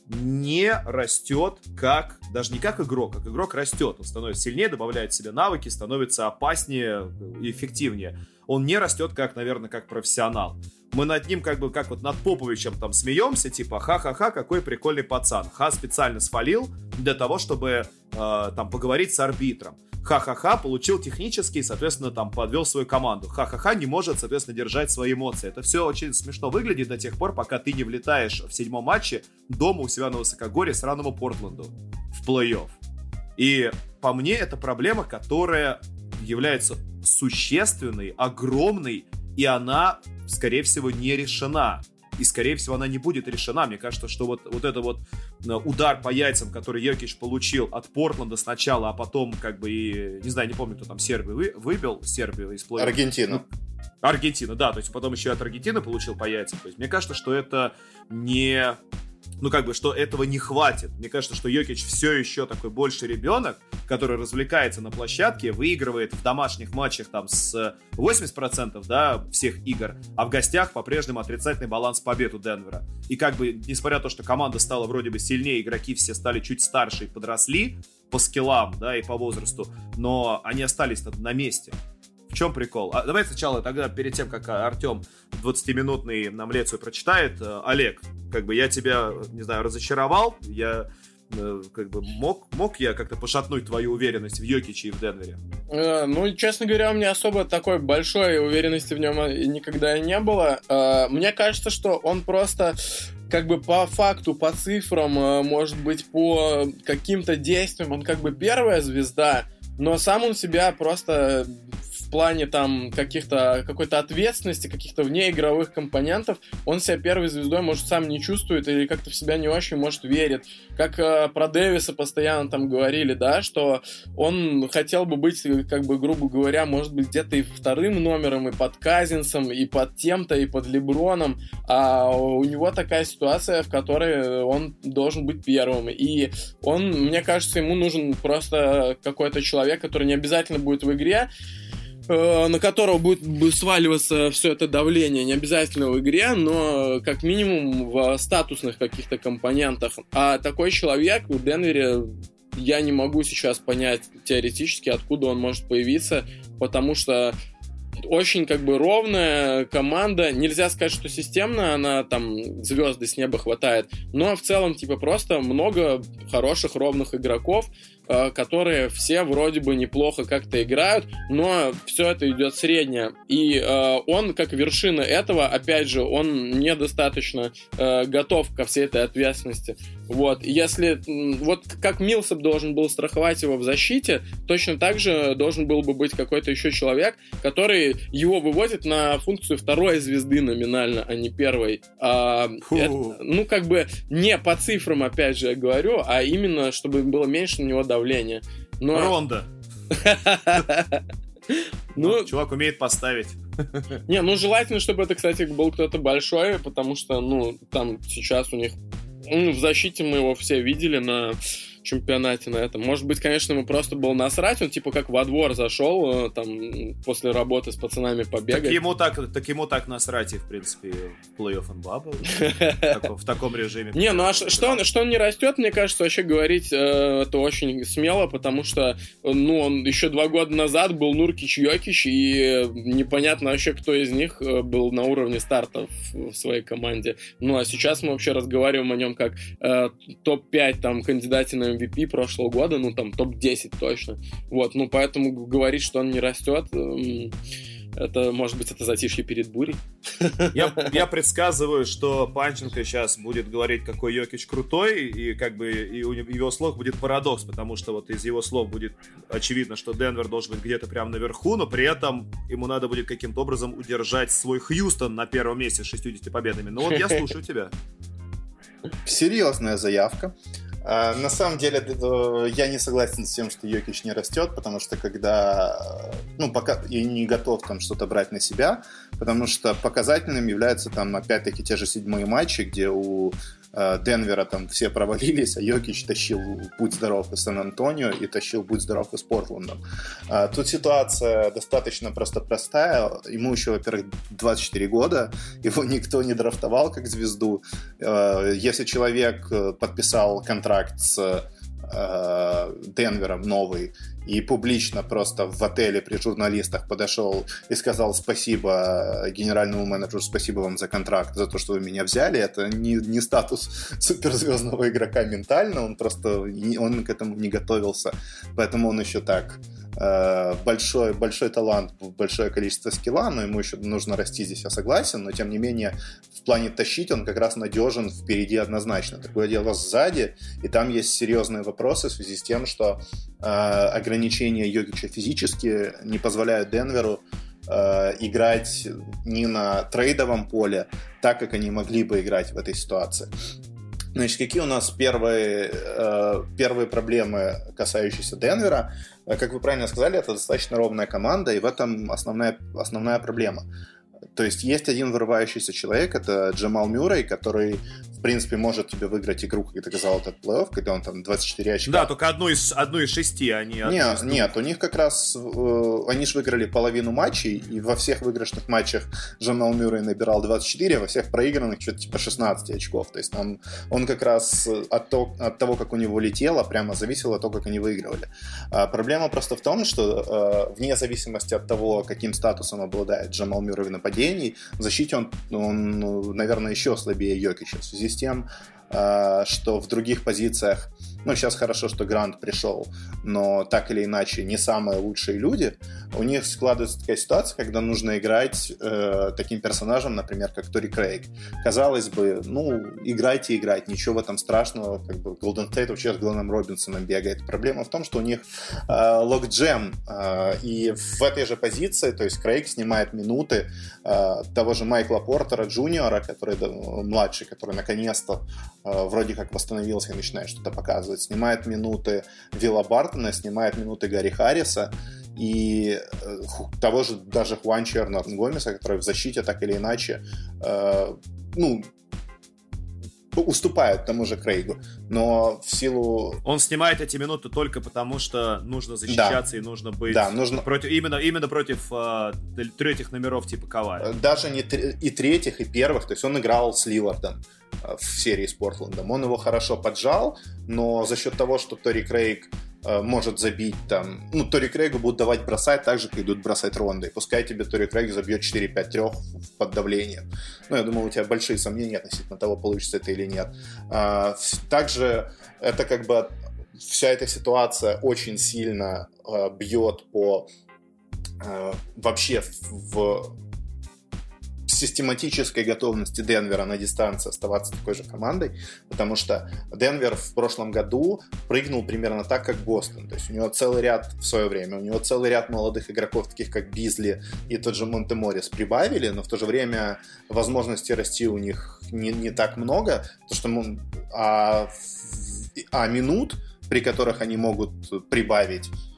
не растет как, даже не как игрок, как игрок растет, он становится сильнее, добавляет себе навыки, становится опаснее и эффективнее. Он не растет как, наверное, как профессионал. Мы над ним как бы, как вот над Поповичем там смеемся, типа, ха-ха-ха, какой прикольный пацан. Ха специально свалил для того, чтобы э, там поговорить с арбитром. Ха-ха-ха получил технический, соответственно, там подвел свою команду. Ха-ха-ха не может, соответственно, держать свои эмоции. Это все очень смешно выглядит до тех пор, пока ты не влетаешь в седьмом матче дома у себя на высокогорье сраному Портленду в плей-офф. И по мне это проблема, которая является существенной, огромной, и она, скорее всего, не решена. И, скорее всего, она не будет решена. Мне кажется, что вот, вот это вот удар по яйцам, который Йокич получил от Портленда сначала, а потом, как бы, и, не знаю, не помню, кто там Сербию вы, выбил, Сербию из плей-оффа. Аргентина. Ну, Аргентина, да, то есть потом еще от Аргентины получил по яйцам. То есть мне кажется, что это не... Ну, как бы, что этого не хватит. Мне кажется, что Йокич все еще такой больше ребенок, который развлекается на площадке, выигрывает в домашних матчах там с восемьдесят процентов, да, всех игр, а в гостях по-прежнему отрицательный баланс побед у Денвера. И как бы, несмотря на то, что команда стала вроде бы сильнее, игроки все стали чуть старше и подросли по скиллам, да, и по возрасту, но они остались на месте. В чем прикол? А давай сначала тогда, перед тем, как Артем двадцатиминутный нам лекцию прочитает, Олег, как бы я тебя, не знаю, разочаровал, я как бы мог, мог я как-то пошатнуть твою уверенность в Йокиче и в Денвере? Э, ну, честно говоря, у меня особо такой большой уверенности в нем никогда и не было. Э, мне кажется, что он просто как бы по факту, по цифрам, может быть, по каким-то действиям, он как бы первая звезда, но сам он себя просто в плане там каких-то, какой-то ответственности, каких-то внеигровых компонентов, он себя первой звездой, может, сам не чувствует или как-то в себя не очень, может, верит. Как э, про Дэвиса постоянно там говорили, да, что он хотел бы быть, как бы, грубо говоря, может быть, где-то и вторым номером, и под Казинсом, и под тем-то, и под Леброном, а у него такая ситуация, в которой он должен быть первым. И он, мне кажется, ему нужен просто какой-то человек, который не обязательно будет в игре, на которого будет сваливаться все это давление, не обязательно в игре, но как минимум в статусных каких-то компонентах. А такой человек в Денвере, я не могу сейчас понять теоретически, откуда он может появиться, потому что очень как бы ровная команда, нельзя сказать, что системно, она там звезды с неба хватает, но в целом типа просто много хороших ровных игроков, которые все вроде бы неплохо как-то играют, но все это идет среднее. И э, он, как вершина этого, опять же, он недостаточно э, готов ко всей этой ответственности. Вот. Если, вот как Милсап должен был страховать его в защите, точно так же должен был бы быть какой-то еще человек, который его выводит на функцию второй звезды номинально, а не первой. А, это, ну, как бы не по цифрам, опять же, я говорю, а именно, чтобы было меньше на него давление. Но... Ронда. Ну, чувак умеет поставить. Не, ну желательно, чтобы это, кстати, был кто-то большой, потому что, ну, там сейчас у них Ну, в защите мы его все видели на чемпионате на этом. Может быть, конечно, ему просто был насрать, он типа как во двор зашел, там, после работы с пацанами побегать. Так ему так, так, ему так насрать и, в принципе, в плей-офф and bubble в таком режиме. Не, ну а что он, что он не растет, мне кажется, вообще говорить это очень смело, потому что, ну, он еще два года назад был Нуркич, Йокич, и непонятно вообще, кто из них был на уровне старта в своей команде. Ну, а сейчас мы вообще разговариваем о нем как э, топ пять там кандидате на эм ви пи прошлого года, ну, там, топ десять точно. Вот, ну, поэтому говорить, что он не растет, это, может быть, это затишье перед бурей. Я, я предсказываю, что Панченко сейчас будет говорить, какой Йокич крутой, и как бы и у его слов будет парадокс, потому что вот из его слов будет очевидно, что Денвер должен быть где-то прямо наверху, но при этом ему надо будет каким-то образом удержать свой Хьюстон на первом месте с шестьюдесятью победами. Ну вот я слушаю тебя. Серьезная заявка. Uh, на самом деле, я не согласен с тем, что Йокич не растет, потому что когда, ну, пока и не готов там что-то брать на себя, потому что показательным являются там, опять-таки, те же седьмые матчи, где у uh, Денвера там все провалились, а Йокич тащил «Будь здоров» из Сан-Антонио и тащил «Будь здоров» из Портландом. Uh, тут ситуация достаточно просто простая. Ему еще, во-первых, двадцать четыре года, его никто не драфтовал как звезду. Uh, если человек подписал контракт с э, Денвером новый и публично просто в отеле при журналистах подошел и сказал спасибо генеральному менеджеру, спасибо вам за контракт, за то, что вы меня взяли, это не, не статус суперзвездного игрока ментально, он просто он к этому не готовился, поэтому он еще так большой, большой талант, большое количество скилла, но ему еще нужно расти здесь, я согласен, но тем не менее в плане тащить он как раз надежен впереди однозначно. Такое дело сзади, и там есть серьезные вопросы в связи с тем, что э, ограничения Йокича физически не позволяют Денверу э, играть не на трейдовом поле так, как они могли бы играть в этой ситуации. Значит, какие у нас первые, э, первые проблемы, касающиеся Денвера? Как вы правильно сказали, это достаточно ровная команда, и в этом основная, основная проблема. То есть есть один вырывающийся человек, это Джамал Мюррей, который, в принципе, может тебе выиграть игру, как ты сказал, этот плей-офф, когда он там двадцать четыре очка. Да, только одну из, одну из шести, а не одну нет, из нет, у них как раз, э, они же выиграли половину матчей, и во всех выигрышных матчах Джамал Мюррей набирал двадцать четыре, а во всех проигранных что-то типа шестнадцать очков. То есть он, он как раз от, то, от того, как у него летело, прямо зависело от того, как они выигрывали. А проблема просто в том, что э, вне зависимости от того, каким статусом обладает Джамал Мюррей в нападении, в защите он, он, наверное, еще слабее Йокича, в связи с тем, что в других позициях, ну, сейчас хорошо, что Грант пришел, но так или иначе не самые лучшие люди, у них складывается такая ситуация, когда нужно играть э, таким персонажем, например, как Тори Крейг. Казалось бы, ну, играйте, играть, ничего в этом страшного, как бы Голден Стейт вообще с Гленном Робинсоном бегает. Проблема в том, что у них э, локджем, э, и в этой же позиции, то есть Крейг снимает минуты э, того же Майкла Портера Джуниора, который да, младший, который наконец-то э, вроде как восстановился и начинает что-то показывать, снимает минуты Вилла Бартона, снимает минуты Гарри Харриса и э, того же даже Хуанчо Эрнан Гомеса, который в защите так или иначе э, ну, уступает тому же Крейгу, но в силу... Он снимает эти минуты только потому, что нужно защищаться, да. И нужно быть... Да, нужно... Против, именно, именно против э, третьих номеров типа Кавая. Даже не тр... и третьих, и первых, то есть он играл с Лиллардом в серии с Портландом. Он его хорошо поджал, но за счет того, что Тори Крейг э, может забить там... Ну, Тори Крейгу будут давать бросать так же, как идут бросать Ронда. И пускай тебе Тори Крейг забьет четыре пять три под давлением. Ну, я думаю, у тебя большие сомнения относительно того, получится это или нет. А, также это как бы... Вся эта ситуация очень сильно э, бьет по... Э, вообще в... систематической готовности Денвера на дистанции оставаться такой же командой, потому что Денвер в прошлом году прыгнул примерно так, как Бостон. То есть у него целый ряд в свое время, у него целый ряд молодых игроков, таких как Бизли и тот же Монтеморис, прибавили, но в то же время возможностей расти у них не, не так много, потому что а, а минут, при которых они могут прибавить,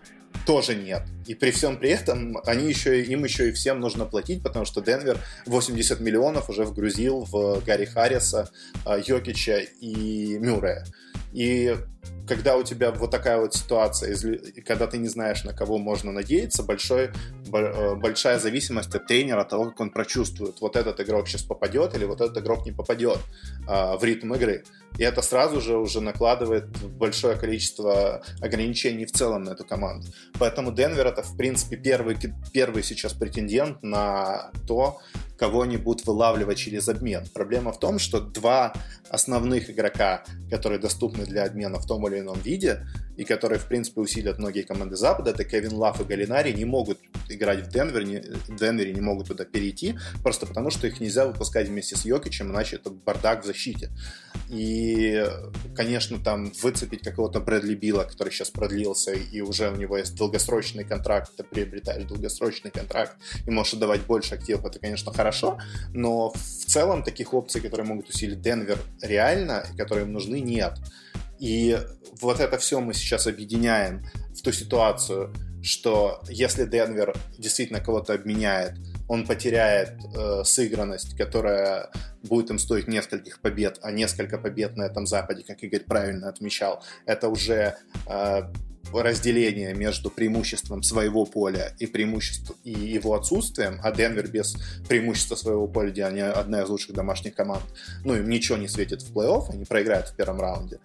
тоже нет. И при всем при этом они еще, им еще и всем нужно платить, потому что Денвер восемьдесят миллионов уже вгрузил в Гарри Харриса, Йокича и Мюррея. И когда у тебя вот такая вот ситуация, когда ты не знаешь, на кого можно надеяться, большой, большая зависимость от тренера, от того, как он прочувствует, вот этот игрок сейчас попадет или вот этот игрок не попадет а, в ритм игры. И это сразу же уже накладывает большое количество ограничений в целом на эту команду. Поэтому Денвер — это, в принципе, первый, первый сейчас претендент на то, кого они будут вылавливать через обмен. Проблема в том, что два основных игрока, которые доступны для обмена в том или ином виде, и которые, в принципе, усилят многие команды Запада, это Кевин Лав и Галлинари, не могут играть в Денвере, в Денвере не могут туда перейти, просто потому что их нельзя выпускать вместе с Йокичем, иначе это бардак в защите. И, конечно, там выцепить какого-то Брэдли Билла, который сейчас продлился, и уже у него есть долгосрочный контракт, ты приобретаешь долгосрочный контракт и можешь отдавать больше активов, это, конечно, хорошо, но в целом таких опций, которые могут усилить Денвер реально, и которые им нужны, нет. И вот это все мы сейчас объединяем в ту ситуацию, что если Денвер действительно кого-то обменяет, он потеряет э, сыгранность, которая будет им стоить нескольких побед, а несколько побед на этом Западе, как Игорь правильно отмечал, это уже э, разделение между преимуществом своего поля и преимуществом и его отсутствием, а Денвер без преимущества своего поля, где они одна из лучших домашних команд, ну им ничего не светит в плей-офф, они проиграют в первом раунде.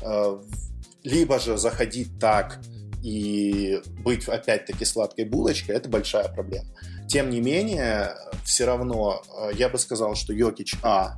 Либо же заходить так и быть опять-таки сладкой булочкой, это большая проблема. Тем не менее, все равно я бы сказал, что Йокич А.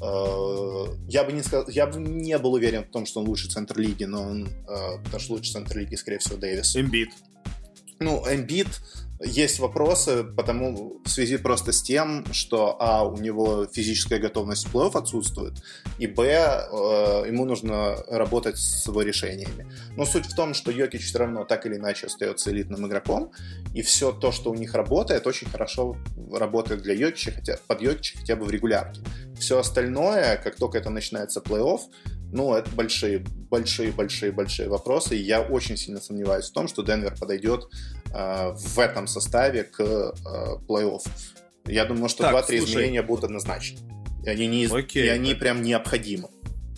Я бы, не сказал, я бы не был уверен в том, что он лучший центр лиги, но он, потому что лучший центр лиги, скорее всего, Дэвис. Эмбит. Ну, Эмбит, есть вопросы, потому в связи просто с тем, что а, у него физическая готовность в плей-офф отсутствует, и б, э, ему нужно работать с его решениями. Но суть в том, что Йокич все равно так или иначе остается элитным игроком, и все то, что у них работает, очень хорошо работает для Йокича, хотя, под Йокича хотя бы в регулярке. Все остальное, как только это начинается плей-офф, ну, это большие, большие, большие, большие вопросы, и я очень сильно сомневаюсь в том, что Денвер подойдет э, в этом составе к э, плей-офф. Я думаю, что два-три изменения будут однозначны. И они, не, Окей, и они прям необходимы.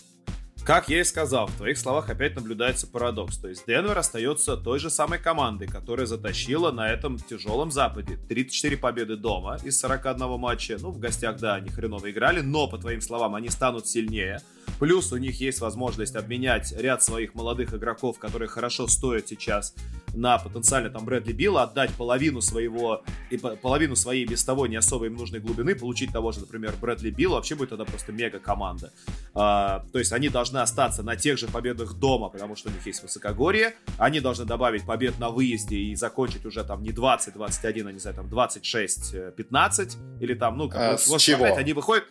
Как я и сказал, в твоих словах опять наблюдается парадокс. То есть Денвер остается той же самой командой, которая затащила на этом тяжелом Западе тридцать четыре победы дома из сорок одного матча. Ну, в гостях, да, они хреново играли, но, по твоим словам, они станут сильнее. Плюс у них есть возможность обменять ряд своих молодых игроков, которые хорошо стоят сейчас, на потенциально там Брэдли Билла, отдать половину своего и половину своей без того не особо им нужной глубины, получить того же, например, Брэдли Билла, вообще будет тогда просто мега команда. А, то есть они должны остаться на тех же победах дома, потому что у них есть высокогорье, они должны добавить побед на выезде и закончить уже там не двадцать двадцать один, а не знаю, там двадцать шесть пятнадцать, или там, ну, как а, вот, с вот, чего? опять они выходят.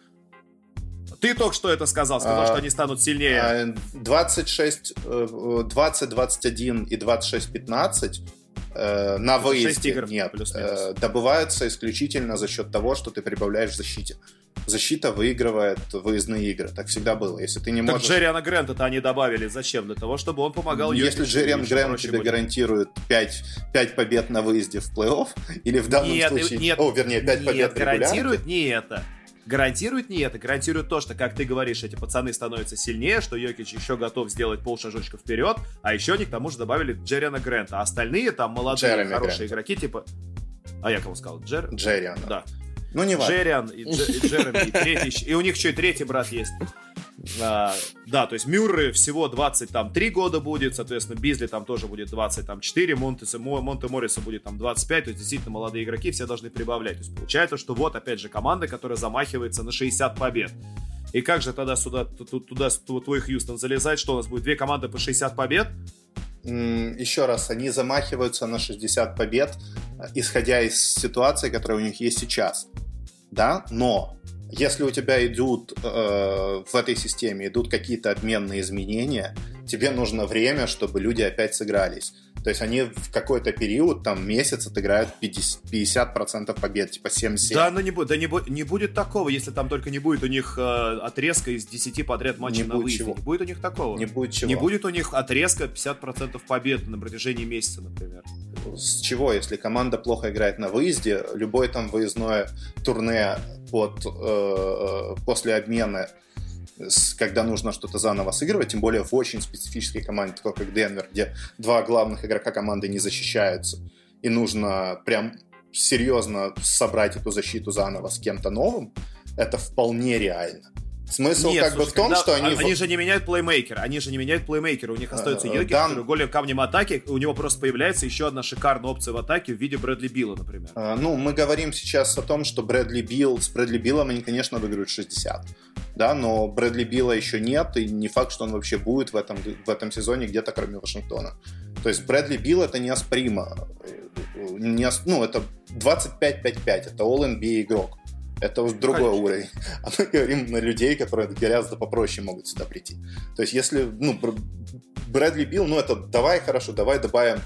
Ты только что это сказал, сказал, а, что они станут сильнее. двадцать шесть, двадцать двадцать один и двадцать шесть пятнадцать э, на выезде игр, нет, э, добываются исключительно за счет того, что ты прибавляешь в защите. Защита выигрывает выездные игры. Так всегда было. Если ты не так можешь... Джерриана Грэнта-то они добавили. Зачем? Для того, чтобы он помогал Если Джерриан Грэнт тебе будет. гарантирует пять, пять побед на выезде в плей-офф, или в данном нет, случае... Нет, О, вернее, пять побед нет, в регулярке. гарантирует не это. Гарантирует не это, гарантирует то, что, как ты говоришь, эти пацаны становятся сильнее, что Йокич еще готов сделать полшажочка вперед, а еще они к тому же добавили Джерриана Грэнта, а остальные там молодые, Джереми хорошие Грэнта. Игроки, типа... А я кого сказал? Джер... Джерриан. Да. Ну, не важно. Джерриан и, Дж... и Джереми, и третий, и у них еще и третий брат есть. А, да, то есть Мюррей всего двадцать три года будет, соответственно, Бизли там тоже будет двадцать четыре, Монте, Монте Морриса будет там двадцать пять, то есть действительно молодые игроки все должны прибавлять. То есть получается, что вот опять же команда, которая замахивается на шестьдесят побед. И как же тогда сюда, туда, туда твой Хьюстон залезать, что у нас будет две команды по шестьдесят побед? Еще раз, они замахиваются на шестьдесят побед, исходя из ситуации, которая у них есть сейчас. Да, но если у тебя идут э, в этой системе идут какие-то обменные изменения, тебе нужно время, чтобы люди опять сыгрались. То есть они в какой-то период, там, месяц отыграют пятьдесят процентов побед, типа семь-семь. Да, но не, да не, не будет такого, если там только не будет у них э, отрезка из десяти подряд матчей не на выезде. Чего. Не будет у них такого. Не будет чего. Не будет у них отрезка пятьдесят процентов побед на протяжении месяца, например. с чего, если команда плохо играет на выезде, любое там выездное турне под, э, после обмена, когда нужно что-то заново сыгрывать, тем более в очень специфической команде, такой как Денвер, где два главных игрока команды не защищаются, и нужно прям серьезно собрать эту защиту заново с кем-то новым, это вполне реально. Смысл Нет, как слушай, бы в том, когда, что они... Они же не меняют плеймейкера, они же не меняют плеймейкера, у них остается Йокич, Дан... который голем камнем атаки, у него просто появляется еще одна шикарная опция в атаке в виде Брэдли Билла, например. А, ну, мы говорим сейчас о том, что Брэдли Билл, с Брэдли Биллом они, конечно, выиграют шестьдесят, да, но Брэдли Билла еще нет, и не факт, что он вообще будет в этом, в этом сезоне где-то, кроме Вашингтона. То есть Брэдли Билл — это неоспоримо. Не, ну, это двадцать пять пять пять, это All-эн би эй игрок. Это уже другой Конечно. уровень. А мы говорим на людей, которые гораздо попроще могут сюда прийти. То есть, если, ну, Брэдли Билл, ну, это давай, хорошо, давай добавим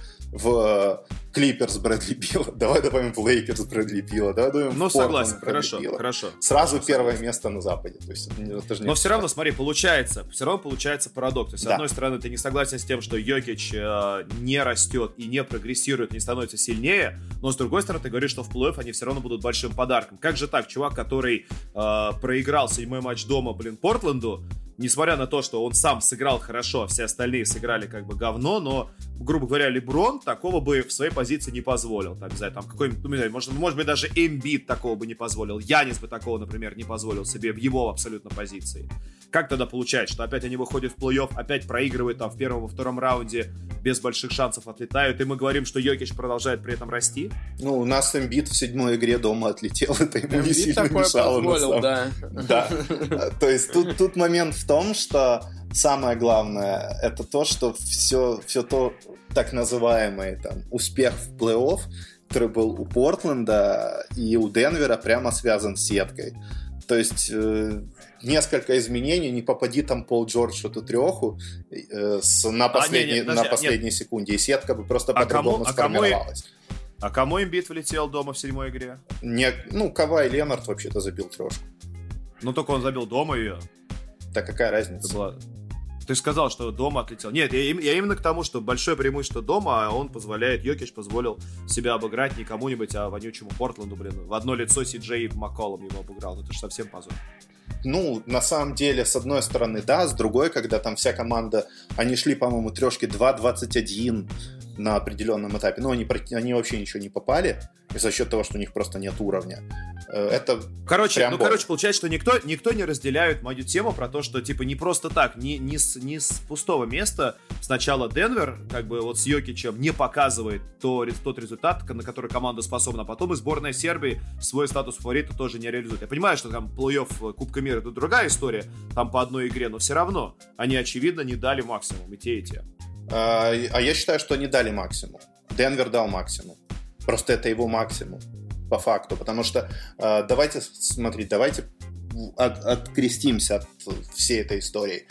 в Клиперс Брэдли Билла, давай добавим в Лейкерс Брэдли Билла, давай добавим ну, в согласен, Брэдли хорошо, Билла. хорошо. Сразу хорошо, первое согласен. место на Западе. То есть, это же не Но все равно, смотри, получается, все равно получается парадокс. То есть, с да. одной стороны, ты не согласен с тем, что Йокич э, не растет и не прогрессирует, не становится сильнее, но с другой стороны, ты говоришь, что в плей-офф они все равно будут большим подарком. Как же так? Чувак, который э, проиграл седьмой матч дома, блин, Портленду, несмотря на то, что он сам сыграл хорошо, все остальные сыграли как бы говно, но, грубо говоря, Леброн такого бы в своей позиции не позволил. Там, не знаю, там какой-нибудь, ну, не знаю, может, может быть, даже Эмбит такого бы не позволил. Янис бы такого, например, не позволил себе в его абсолютно позиции. Как тогда получается, что опять они выходят в плей-офф, опять проигрывают там в первом, во втором раунде, без больших шансов отлетают, и мы говорим, что Йокич продолжает при этом расти? Ну, у нас Эмбит в седьмой игре дома отлетел, это ему не сильно такое мешало. Позволил, да. Да. То есть тут, тут момент в том, что самое главное, это то, что все, все то так называемый там, успех в плей-офф, который был у Портленда и у Денвера, прямо связан с сеткой. То есть э, несколько изменений, не попади там Пол Джордж эту треху э, с, на последней, а, не, не, подожди, на последней секунде, и сетка бы просто а по-другому кому, сформировалась. А кому, а кому Эмбит влетел дома в седьмой игре? Не, ну, Кавай Ленард вообще-то забил трешку. Ну, только он забил дома ее. Да какая разница? Была... Ты же сказал, что дома отлетел. Нет, я, я именно к тому, что большое преимущество дома, а он позволяет, Йокич позволил себя обыграть не кому-нибудь, а вонючему Портленду, блин. В одно лицо Си Джей Макколом его обыграл. Это же совсем позор. Ну, на самом деле, с одной стороны, да, с другой, когда там вся команда, они шли, по-моему, трешки два двадцать один на определенном этапе, но они, они вообще ничего не попали, и за счет того, что у них просто нет уровня. Это короче, ну, боль. короче, получается, что никто, никто не разделяет мою тему про то, что, типа, не просто так, не, не, с, не с пустого места сначала Денвер, как бы, вот с Йокичем не показывает то, тот результат, на который команда способна, а потом и сборная Сербии свой статус фаворита тоже не реализует. Я понимаю, что там плей-офф Кубка мира — это другая история, там по одной игре, но все равно они, очевидно, не дали максимум, и те, и те. А, а я считаю, что они дали максимум. Денвер дал максимум. Просто это его максимум, по факту. Потому что, э, давайте смотреть, давайте от, открестимся от всей этой истории.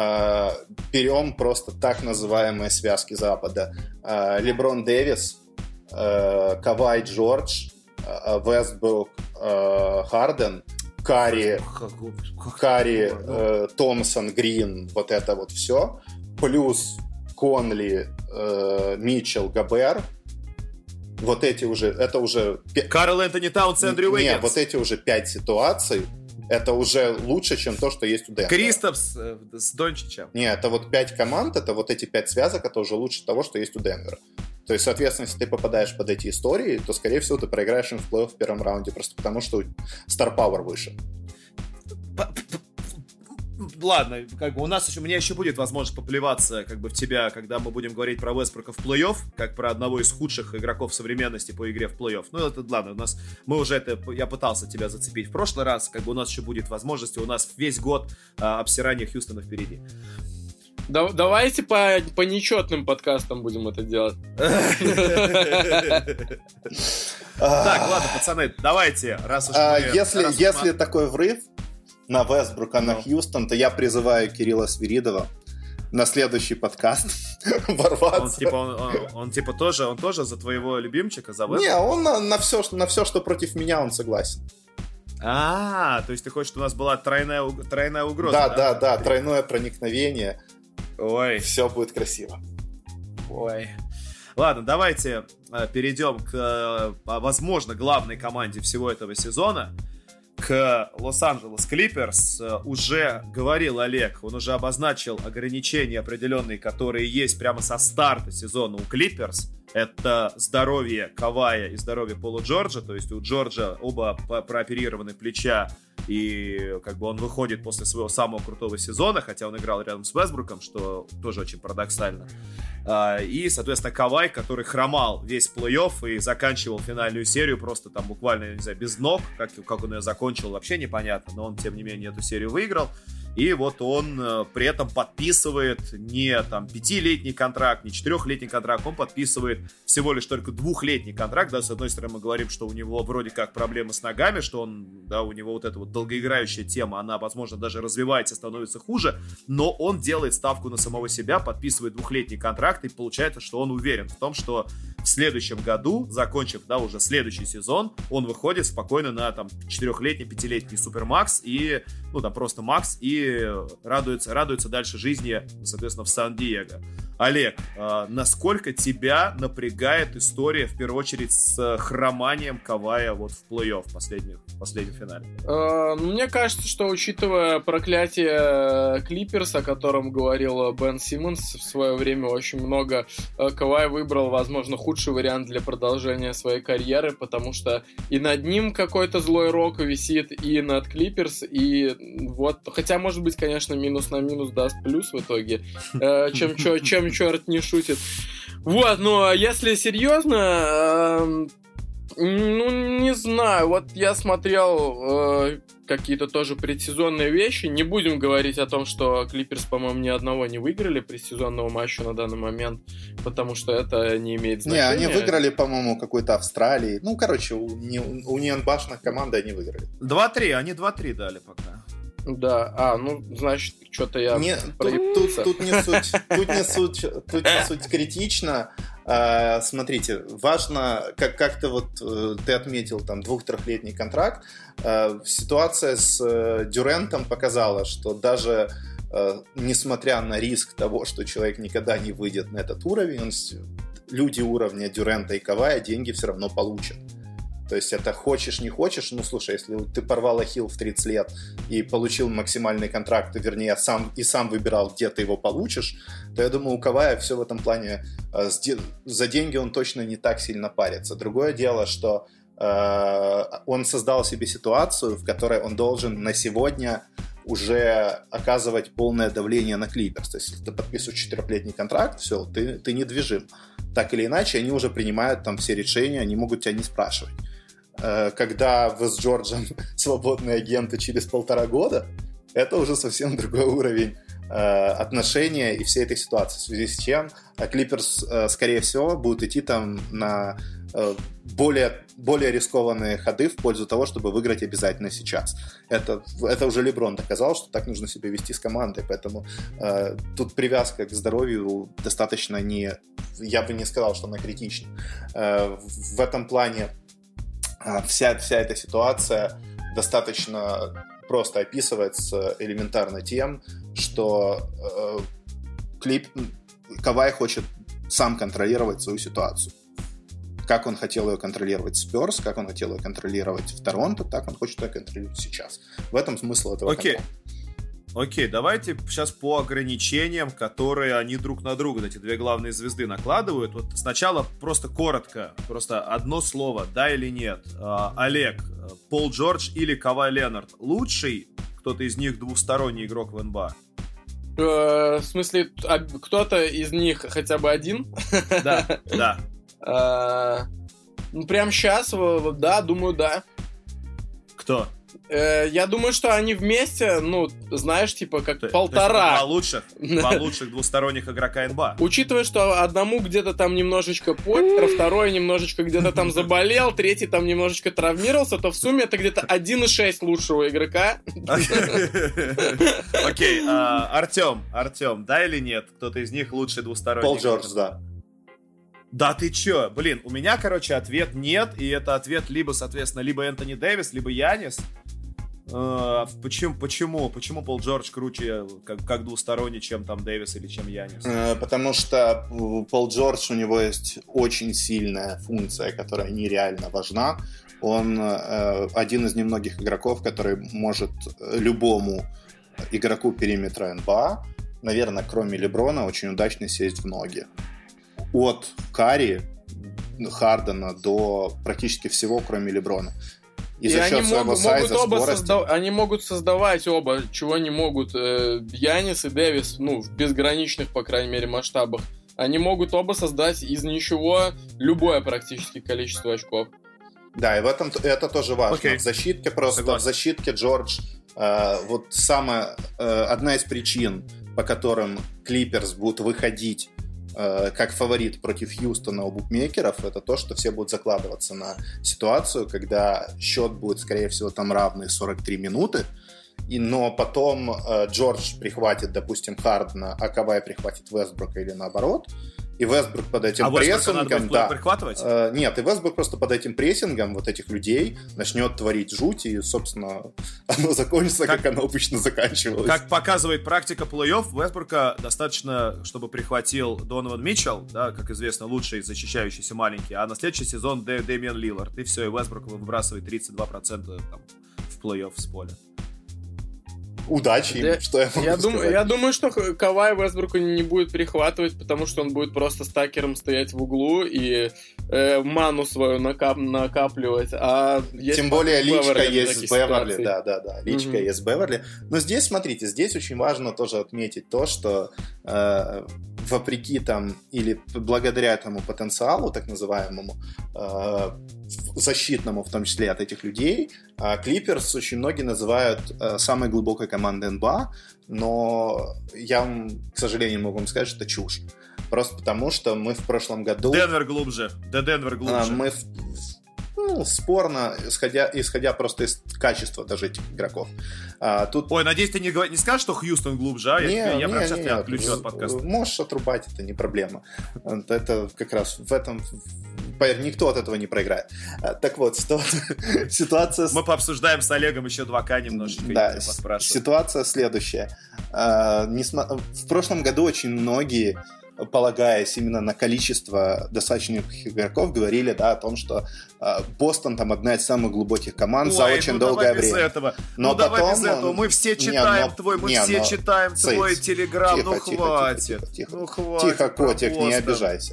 Э, берем просто так называемые связки Запада. Э, Леброн Дэвис, э, Кавай Джордж, э, Вестбрук, э, Харден, Карри, Карри, э, Томпсон, Грин, вот это вот все. Плюс Конли, э, Митчелл, Гобер. Вот эти уже, это уже... Карл Энтони Таунс, Эндрю Уиггинс. Нет, вот эти уже пять ситуаций, это уже лучше, чем то, что есть у Денвера. Кристопс э, с Дончичем. Нет, это вот пять команд, это вот эти пять связок, это уже лучше того, что есть у Денвера. То есть, соответственно, если ты попадаешь под эти истории, то, скорее всего, ты проиграешь им в плей-офф в первом раунде, просто потому что Star Power выше. Ладно, как бы у нас еще, у меня еще будет возможность поплеваться как бы в тебя, когда мы будем говорить про Вестбрука в плей-офф, как про одного из худших игроков современности по игре в плей-офф. Ну, это ладно, у нас, мы уже это, я пытался тебя зацепить в прошлый раз, как бы у нас еще будет возможность, у нас весь год а, обсирания Хьюстона впереди. Да, давайте по, по нечетным подкастам будем это делать. Так, ладно, пацаны, давайте, раз уж мы... Если такой врыв на Вестбрука, на Хьюстон, то я призываю Кирилла Свиридова на следующий подкаст ворваться. Он типа, он, он, он типа тоже, он тоже за твоего любимчика, за Вестбрука? Не, он на, на, все, на все, что против меня, он согласен. А, то есть ты хочешь, чтобы у нас была тройная, тройная угроза? Да, да, да, да, тройное проникновение. Ой. Все будет красиво. Ой. Ладно, давайте перейдем к, возможно, главной команде всего этого сезона. К Лос-Анджелес Клиперс. Уже говорил Олег, он уже обозначил ограничения определенные, которые есть прямо со старта сезона у Клиперс. Это здоровье Кавая и здоровье Пола Джорджа. То есть у Джорджа оба прооперированы плеча, и как бы он выходит после своего самого крутого сезона, хотя он играл рядом с Вестбруком, что тоже очень парадоксально. И, соответственно, Кавай, который хромал весь плей-офф и заканчивал финальную серию просто там буквально, я не знаю, без ног, как, как он ее закончил, вообще непонятно, но он, тем не менее, эту серию выиграл. И вот он э, при этом подписывает не там пятилетний контракт, не четырехлетний контракт, он подписывает всего лишь только двухлетний контракт. Да, с одной стороны, мы говорим, что у него вроде как проблемы с ногами, что он, да, у него вот эта вот долгоиграющая тема, она, возможно, даже развивается, становится хуже, но он делает ставку на самого себя, подписывает двухлетний контракт, и получается, что он уверен в том, что в следующем году, закончив, да, уже следующий сезон, он выходит спокойно на там четырехлетний, пятилетний супермакс и, ну, там просто макс, и радуется, радуется дальше жизни, соответственно, в Сан-Диего. Олег, э, насколько тебя напрягает история, в первую очередь, с хроманием Кавая вот в плей-офф в последнем, в последнем финале? Э, мне кажется, что, учитывая проклятие Клиперс, о котором говорил Бен Симмонс в свое время, очень много, э, Кавай выбрал, возможно, худший вариант для продолжения своей карьеры, потому что и над ним какой-то злой рок висит, и над Клиперс, и вот, хотя, может быть, конечно, минус на минус даст плюс в итоге, э, чем, чем черт не шутит. Вот, но если серьезно, э, ну, не знаю, вот я смотрел э, какие-то тоже предсезонные вещи. Не будем говорить о том, что Клиперс, по-моему, ни одного не выиграли предсезонного матча на данный момент, потому что это не имеет значения. Не, они выиграли, по-моему, какой-то Австралии. Ну, короче, у, не, у неонбашенных команд они выиграли. два-три, они два-три дали пока. Да, а, ну, значит, что-то я... Не, тут, тут, тут не суть, тут не суть, тут не суть критично. А, смотрите, важно, как, как-то вот ты отметил там двух-трехлетний контракт. А, ситуация с а, Дюрентом показала, что даже а, несмотря на риск того, что человек никогда не выйдет на этот уровень, он, люди уровня Дюрента и Кавая деньги все равно получат. То есть это хочешь, не хочешь, ну, слушай, если ты порвал ахилл в тридцать лет и получил максимальный контракт, вернее, сам, и сам выбирал, где ты его получишь, то я думаю, у Кавая все в этом плане, э, за деньги он точно не так сильно парится. Другое дело, что э, он создал себе ситуацию, в которой он должен на сегодня уже оказывать полное давление на Клиперс. То есть, если ты подписываешь четырехлетний контракт, все, ты, ты недвижим. Так или иначе, они уже принимают там все решения, они могут тебя не спрашивать. Когда вы с Джорджем свободные агенты через полтора года, это уже совсем другой уровень э, отношения и всей этой ситуации. В связи с чем Клиперс, э, скорее всего, будут идти там на э, более, более рискованные ходы в пользу того, чтобы выиграть обязательно сейчас. Это, это уже Леброн доказал, что так нужно себя вести с командой, поэтому э, тут привязка к здоровью достаточно не... Я бы не сказал, что она критична. Э, в этом плане Вся, вся эта ситуация достаточно просто описывается элементарно тем, что э, клип Кавай хочет сам контролировать свою ситуацию. Как он хотел ее контролировать в Спёрс, как он хотел ее контролировать в Торонто, так он хочет ее контролировать сейчас. В этом смысл этого Окей. контроля. Окей, давайте сейчас по ограничениям, которые они друг на друга, эти две главные звезды, накладывают. Вот сначала просто коротко, просто одно слово, да или нет. А, Олег, Пол Джордж или Кавай Леонард лучший кто-то из них двухсторонний игрок в эн би эй? Э, в смысле, кто-то из них хотя бы один? Да, да. Ну, прям сейчас, да, думаю, да. Кто? Я думаю, что они вместе, ну, знаешь, типа, как то, полтора. То два лучших, два лучших двусторонних игрока эн би эй. Учитывая, что одному где-то там немножечко попер, второй немножечко где-то там заболел, третий там немножечко травмировался, то в сумме это где-то один и шесть лучшего игрока. Окей, Артем, Артем, да или нет? Кто-то из них лучший двусторонний? Пол Джордж, да. Да ты чё? Блин, у меня, короче, ответ нет, и это ответ либо, соответственно, либо Энтони Дэвис, либо Янис. Uh, почему, почему, почему Пол Джордж круче как, как двусторонний, чем там Дэвис или чем Янис? Uh, потому что Пол Джордж, у него есть очень сильная функция, которая нереально важна. Он uh, один из немногих игроков, который может любому игроку периметра эн би эй, наверное, кроме Леброна, очень удачно сесть в ноги. От Карри, Хардена до практически всего, кроме Леброна. И, и за счет они своего могут, сайза, могут оба скорости... созда... Они могут создавать оба, чего не могут э, Янис и Дэвис, ну, в безграничных, по крайней мере, масштабах. Они могут оба создать из ничего любое практически количество очков. Да, и в этом это тоже важно. Okay. В защитке просто, Согласен. в защитке Джордж э, вот самая, э, одна из причин, по которым Клиперс будут выходить как фаворит против Хьюстона у букмекеров, это то, что все будут закладываться на ситуацию, когда счет будет, скорее всего, там равный сорок три минуты, и, но потом э, Джордж прихватит, допустим, Хардена, а Кавай прихватит Вестбрука или наоборот, и Вестбрук под этим а прессингом... Да, прихватывать? Э, нет, и Вестбрук просто под этим прессингом вот этих людей начнет творить жуть, и, собственно, оно закончится, как, как оно обычно заканчивалось. Как показывает практика плей-офф, Вестбрука достаточно, чтобы прихватил Донован Митчелл, да, как известно, лучший защищающийся маленький, а на следующий сезон Дэ, Дэмиан Лиллард, и все, и Вестбрук выбрасывает тридцать два процента там, в плей-офф с поля. Удачи им, я, что я могу я сказать. Думаю, я думаю, что Кавай Вестбрука не будет перехватывать, потому что он будет просто стакером стоять в углу и э, ману свою накап, накапливать. А Тем более личка есть с Беверли. Да, да, да. Личка mm-hmm. есть с Беверли. Но здесь, смотрите, здесь очень важно тоже отметить то, что э, вопреки там, или благодаря этому потенциалу, так называемому, э, защитному, в том числе от этих людей, Клиперс очень многие называют э, самой глубокой командой эн би эй, но я вам, к сожалению, могу вам сказать, что это чушь. Просто потому, что мы в прошлом году... Денвер глубже. Да, Денвер глубже. А, мы, ну, спорно, исходя, исходя просто из качества даже этих игроков. А, тут... Ой, надеюсь, ты не, не скажешь, что Хьюстон глубже, а? Не, я не, я прям не, сейчас не, тебя отключу от подкаста. Можешь отрубать, это не проблема. Это как раз в этом... Поверь, никто от этого не проиграет. Так вот, ситуация... Мы пообсуждаем с Олегом еще два ка немножечко. Да, ситуация следующая. В прошлом году очень многие, полагаясь именно на количество достаточных игроков, говорили, да, о том, что Бостон там одна из самых глубоких команд. Ой, за очень ну долгое время. Этого. Но ну потом... давай без этого. Мы все читаем не, но... твой, мы не, все но... читаем Сейц. Твой телеграм. Тихо, ну тихо, хватит. Тихо, тихо, тихо. Ну хватит. Тихо, котик, не обижайся.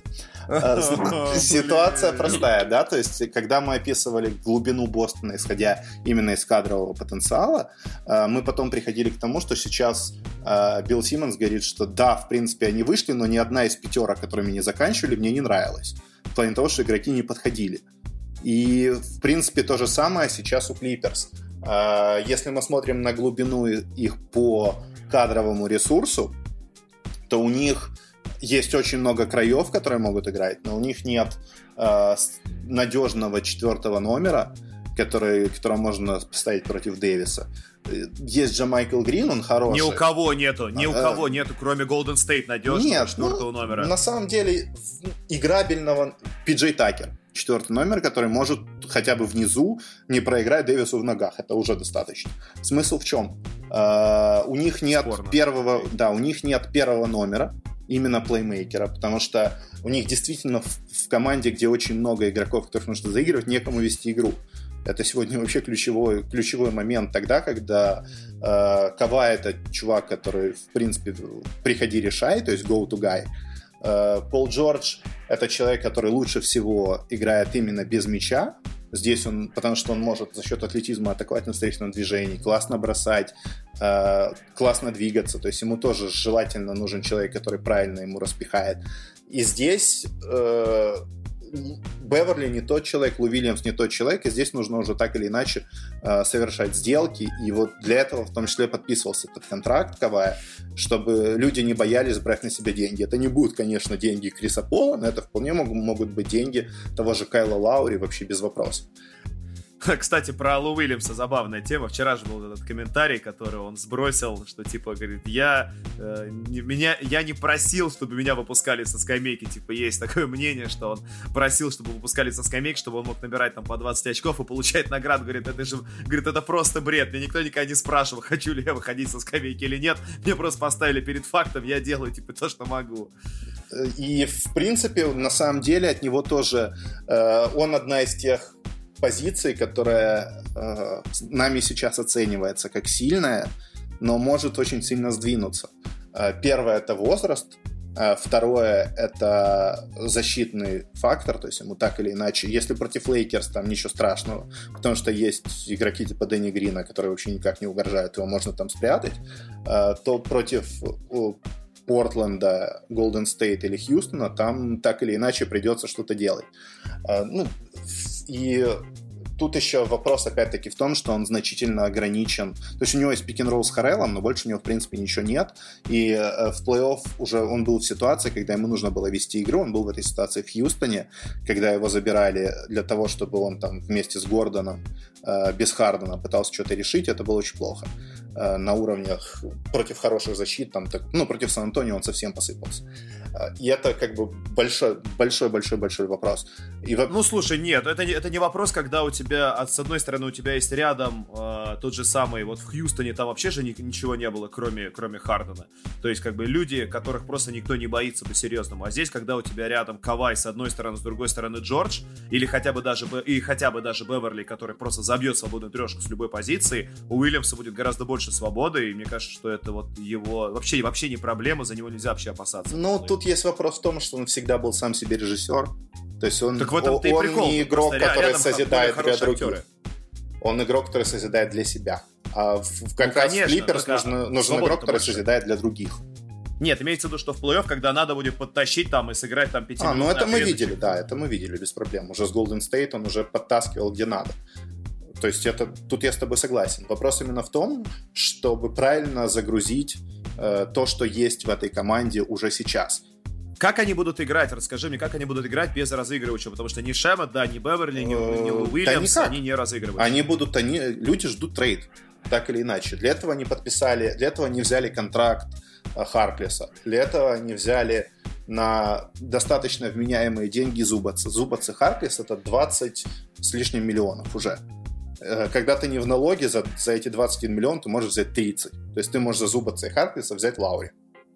Ситуация простая, да, то есть, когда мы описывали глубину Бостона, исходя именно из кадрового потенциала, мы потом приходили к тому, что сейчас Билл Симмонс говорит, что да, в принципе, они вышли, но ни одна из пятерок, которыми не заканчивали, мне не нравилась. В плане того, что игроки не подходили. И, в принципе, то же самое сейчас у Клиперс. Если мы смотрим на глубину их по кадровому ресурсу, то у них есть очень много краев, которые могут играть, но у них нет э, надежного четвертого номера, который, которого можно поставить против Дэвиса. Есть же Майкл Грин, он хороший. Ни у кого нету, ни у а, кого нету, кроме Golden State надежного нет, четвертого ну, номера. На самом деле, играбельного Пи Джей Такер. Четвертый номер, который может хотя бы внизу не проиграть Дэвису в ногах. Это уже достаточно. Смысл в чем? Uh, у них нет Спорно. первого, да, у них нет первого номера, именно плеймейкера, потому что у них действительно в, в команде, где очень много игроков, которых нужно заигрывать, некому вести игру. Это сегодня вообще ключевой, ключевой момент тогда, когда э, Кавай — это чувак, который, в принципе, приходи решай, то есть go to guy. Э, Пол Джордж — это человек, который лучше всего играет именно без мяча. Здесь он, потому что он может за счет атлетизма атаковать на встречном движении, классно бросать, э, классно двигаться. То есть ему тоже желательно нужен человек, который правильно ему распихает. И здесь э, Беверли не тот человек, Лу Уильямс не тот человек, и здесь нужно уже так или иначе э, совершать сделки. И вот для этого в том числе подписывался этот контракт Кавая, чтобы люди не боялись брать на себя деньги. Это не будут, конечно, деньги Криса Пола, но это вполне могут, могут быть деньги того же Кайла Лаури, вообще без вопросов. Кстати, про Лу Уильямса забавная тема. Вчера же был этот комментарий, который он сбросил, что типа, говорит, я, э, не, меня, я не просил, чтобы меня выпускали со скамейки. Типа, есть такое мнение, что он просил, чтобы выпускали со скамейки, чтобы он мог набирать там по двадцать очков и получать награду. Говорит, это же, говорит, это просто бред. Мне никто никогда не спрашивал, хочу ли я выходить со скамейки или нет. Мне просто поставили перед фактом, я делаю типа то, что могу. И в принципе, на самом деле, от него тоже э, он одна из тех позиций, которая э, нами сейчас оценивается как сильная, но может очень сильно сдвинуться. Э, первое — это возраст. Э, второе — это защитный фактор, то есть ему так или иначе, если против Лейкерс, там ничего страшного, потому что есть игроки типа Дэнни Грина, которые вообще никак не угрожают, его можно там спрятать, э, то против э, Портленда, Голден Стейт или Хьюстона там так или иначе придется что-то делать. Э, ну, и тут еще вопрос, опять-таки, в том, что он значительно ограничен. То есть у него есть пик-н-ролл с Харреллом, но больше у него, в принципе, ничего нет. И э, в плей-офф уже он был в ситуации, когда ему нужно было вести игру. Он был в этой ситуации в Хьюстоне, когда его забирали для того, чтобы он там вместе с Гордоном, э, без Хардена пытался что-то решить. Это было очень плохо. Э, на уровнях против хороших защит, там, так, ну, против Сан-Антонио он совсем посыпался. Э, и это как бы большой-большой-большой-большой вопрос. И... Ну, слушай, нет, это, это не вопрос, когда у тебя с одной стороны, у тебя есть рядом э, тот же самый, вот в Хьюстоне там вообще же ни, ничего не было, кроме, кроме Хардена. То есть, как бы, люди, которых просто никто не боится по-серьезному. А здесь, когда у тебя рядом Кавай с одной стороны, с другой стороны Джордж, или хотя бы даже, и хотя бы даже Беверли, который просто забьет свободную трешку с любой позиции, у Уильямса будет гораздо больше свободы, и мне кажется, что это вот его... Вообще, вообще не проблема, за него нельзя вообще опасаться. Ну, тут есть вопрос в том, что он всегда был сам себе режиссер. То есть он, так в этом он, он прикол, не игрок, который созидает для других. Актеры. Он игрок, который созидает для себя. А в, как ну, раз конечно, в Клиперс нужен, нужен игрок, который больше созидает для других. Нет, имеется в виду, что в плей-офф, когда надо будет подтащить там и сыграть там пяти А, минут. ну это мы видели, да, это мы видели без проблем. Уже с Golden State он уже подтаскивал где надо. То есть это, тут я с тобой согласен. Вопрос именно в том, чтобы правильно загрузить э, то, что есть в этой команде уже сейчас. Как они будут играть? Расскажи мне, как они будут играть без разыгрывающего? Потому что ни Шемет, да, ни Беверли, ни, ни Лу Уильямс, да они не разыгрывают. Они будут, они, люди ждут трейд, так или иначе. Для этого они подписали, для этого они взяли контракт Харклеса, для этого они взяли на достаточно вменяемые деньги Зубаца. Зубац и Харклес — это двадцать с лишним миллионов уже. Когда ты не в налоге, за, за эти двадцать один миллион ты можешь взять тридцать. То есть ты можешь за Зубаца и Харклеса взять Лаури.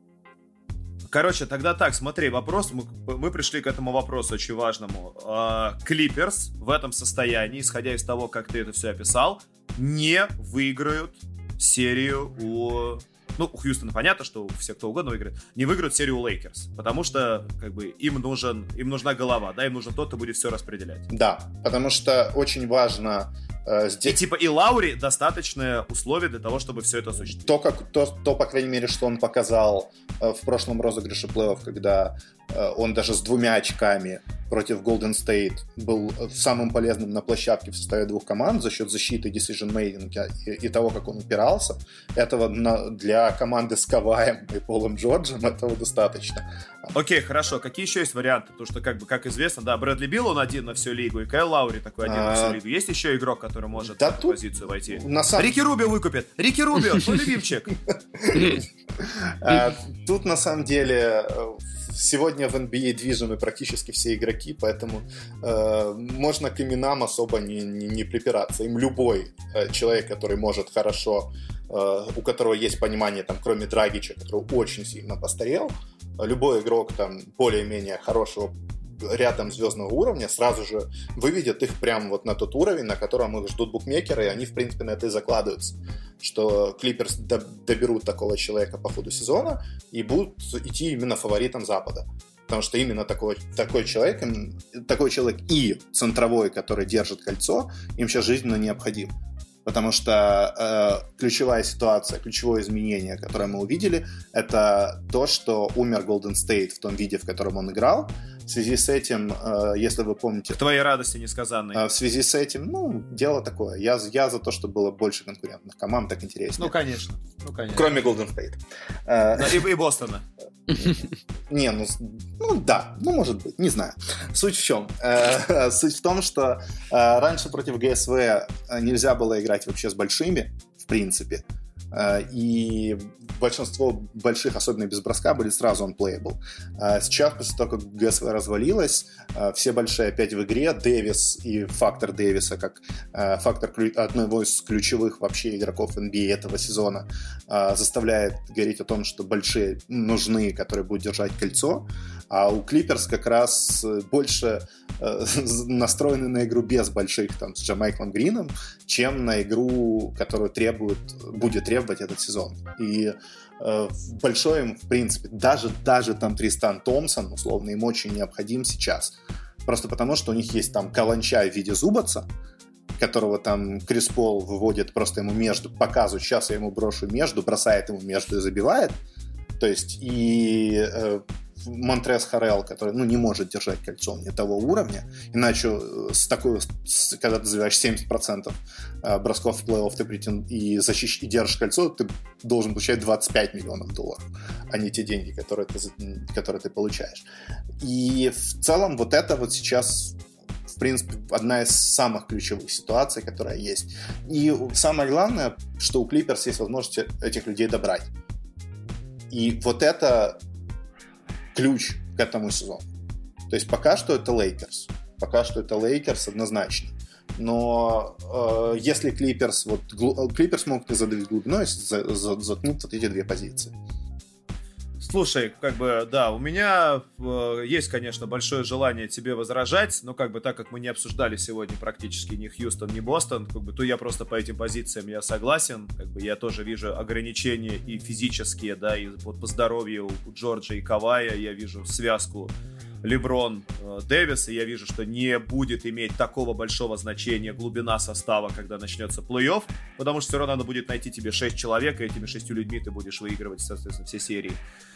Короче, тогда так, смотри, вопрос, мы, мы пришли к этому вопросу очень важному. Клиперс в этом состоянии, исходя из того, как ты это все описал, не выиграют серию у... Ну, у Хьюстона понятно, что все кто угодно выиграет, не выиграют серию у Лейкерс, потому что, как бы, им нужен, им нужна голова, да, им нужен тот, кто будет все распределять. Да, потому что очень важно... Э, здесь... И типа и Лаури достаточное условие для того, чтобы все это осуществить. То, как, то, то, по крайней мере, что он показал э, в прошлом розыгрыше плей-офф, когда э, он даже с двумя очками против Golden State был самым полезным на площадке в составе двух команд за счет защиты, decision-making и, и того, как он упирался. Этого на, для команды с Каваем и Полом Джорджем этого достаточно. Окей, хорошо. Какие еще есть варианты? Потому что, как бы, как известно, да, Брэдли Билл, он один на всю лигу, и Кайл Лаури такой один на всю лигу. Есть еще игрок, который может да в эту тут... позицию войти? На самом... Рики Рубио выкупит! Рики Рубио, твой любимчик! Тут, на самом деле... Сегодня в эн би эй движимы практически все игроки, поэтому э, можно к именам особо не, не, не припираться. Им любой э, человек, который может хорошо, э, у которого есть понимание, там, кроме Драгича, который очень сильно постарел, любой игрок там более-менее хорошего рядом звездного уровня сразу же выведет их прямо вот на тот уровень, на котором их ждут букмекеры, и они, в принципе, на это и закладываются, что Клиперс доберут такого человека по ходу сезона и будут идти именно фаворитом Запада. Потому что именно такой, такой человек, такой человек и центровой, который держит кольцо, им сейчас жизненно необходим. Потому что э, ключевая ситуация, ключевое изменение, которое мы увидели, это то, что умер Golden State в том виде, в котором он играл. В связи с этим, э, если вы помните... К твоей радости несказанной. Э, в связи с этим, ну, дело такое. Я, я за то, чтобы было больше конкурентных команд, так интереснее. Ну, конечно. Ну, конечно. Кроме Golden State. Э, и, и Бостона. Не, ну, ну да, ну может быть, не знаю. Суть в чем? Суть в том, что раньше против ГСВ нельзя было играть вообще с большими, в принципе. И большинство больших, особенно без броска, были сразу unplayable. Сейчас, после того, как ГСВ развалилась, все большие опять в игре. Дэвис и фактор Дэвиса, как фактор одного из ключевых вообще игроков эн би эй этого сезона, заставляет говорить о том, что большие нужны, которые будут держать кольцо. А у Клиперс как раз больше настроены на игру без больших, там, с Джамайклом Грином, чем на игру, которую требует, будет требовать этот сезон. И э, большой им, в принципе, даже, даже там Тристан Томпсон, условно, им очень необходим сейчас. Просто потому, что у них есть там каланча в виде Зубаца, которого там Крис Пол выводит просто ему между, показывает, сейчас я ему брошу между, бросает ему между и забивает. То есть и... Э, Монтрез Харрелл, который, ну, не может держать кольцо не того уровня, иначе с такой, с, когда ты забиваешь семьдесят процентов бросков в плей-офф ты претен, и, защищ, и держишь кольцо, ты должен получать двадцать пять миллионов долларов, а не те деньги, которые ты, которые ты получаешь. И в целом вот это вот сейчас, в принципе, одна из самых ключевых ситуаций, которая есть. И самое главное, что у Клиперс есть возможность этих людей добрать. И вот это ключ к этому сезону. То есть пока что это Лейкерс. Пока что это Лейкерс однозначно. Но э, если Клиперс, вот Клиперс могут и задавить глубиной, за, за, заткнуть вот эти две позиции. Слушай, как бы, да, у меня э, есть, конечно, большое желание тебе возражать, но как бы так как мы не обсуждали сегодня практически ни Хьюстон, ни Бостон, как бы, то я просто по этим позициям я согласен, как бы я тоже вижу ограничения и физические, да, и вот по здоровью у Джорджа и Кавая я вижу связку Леброн, э, Дэвис, и я вижу, что не будет иметь такого большого значения глубина состава, когда начнется плей-офф, потому что все равно надо будет найти тебе шесть человек, и этими шестью людьми ты будешь выигрывать, соответственно, все серии.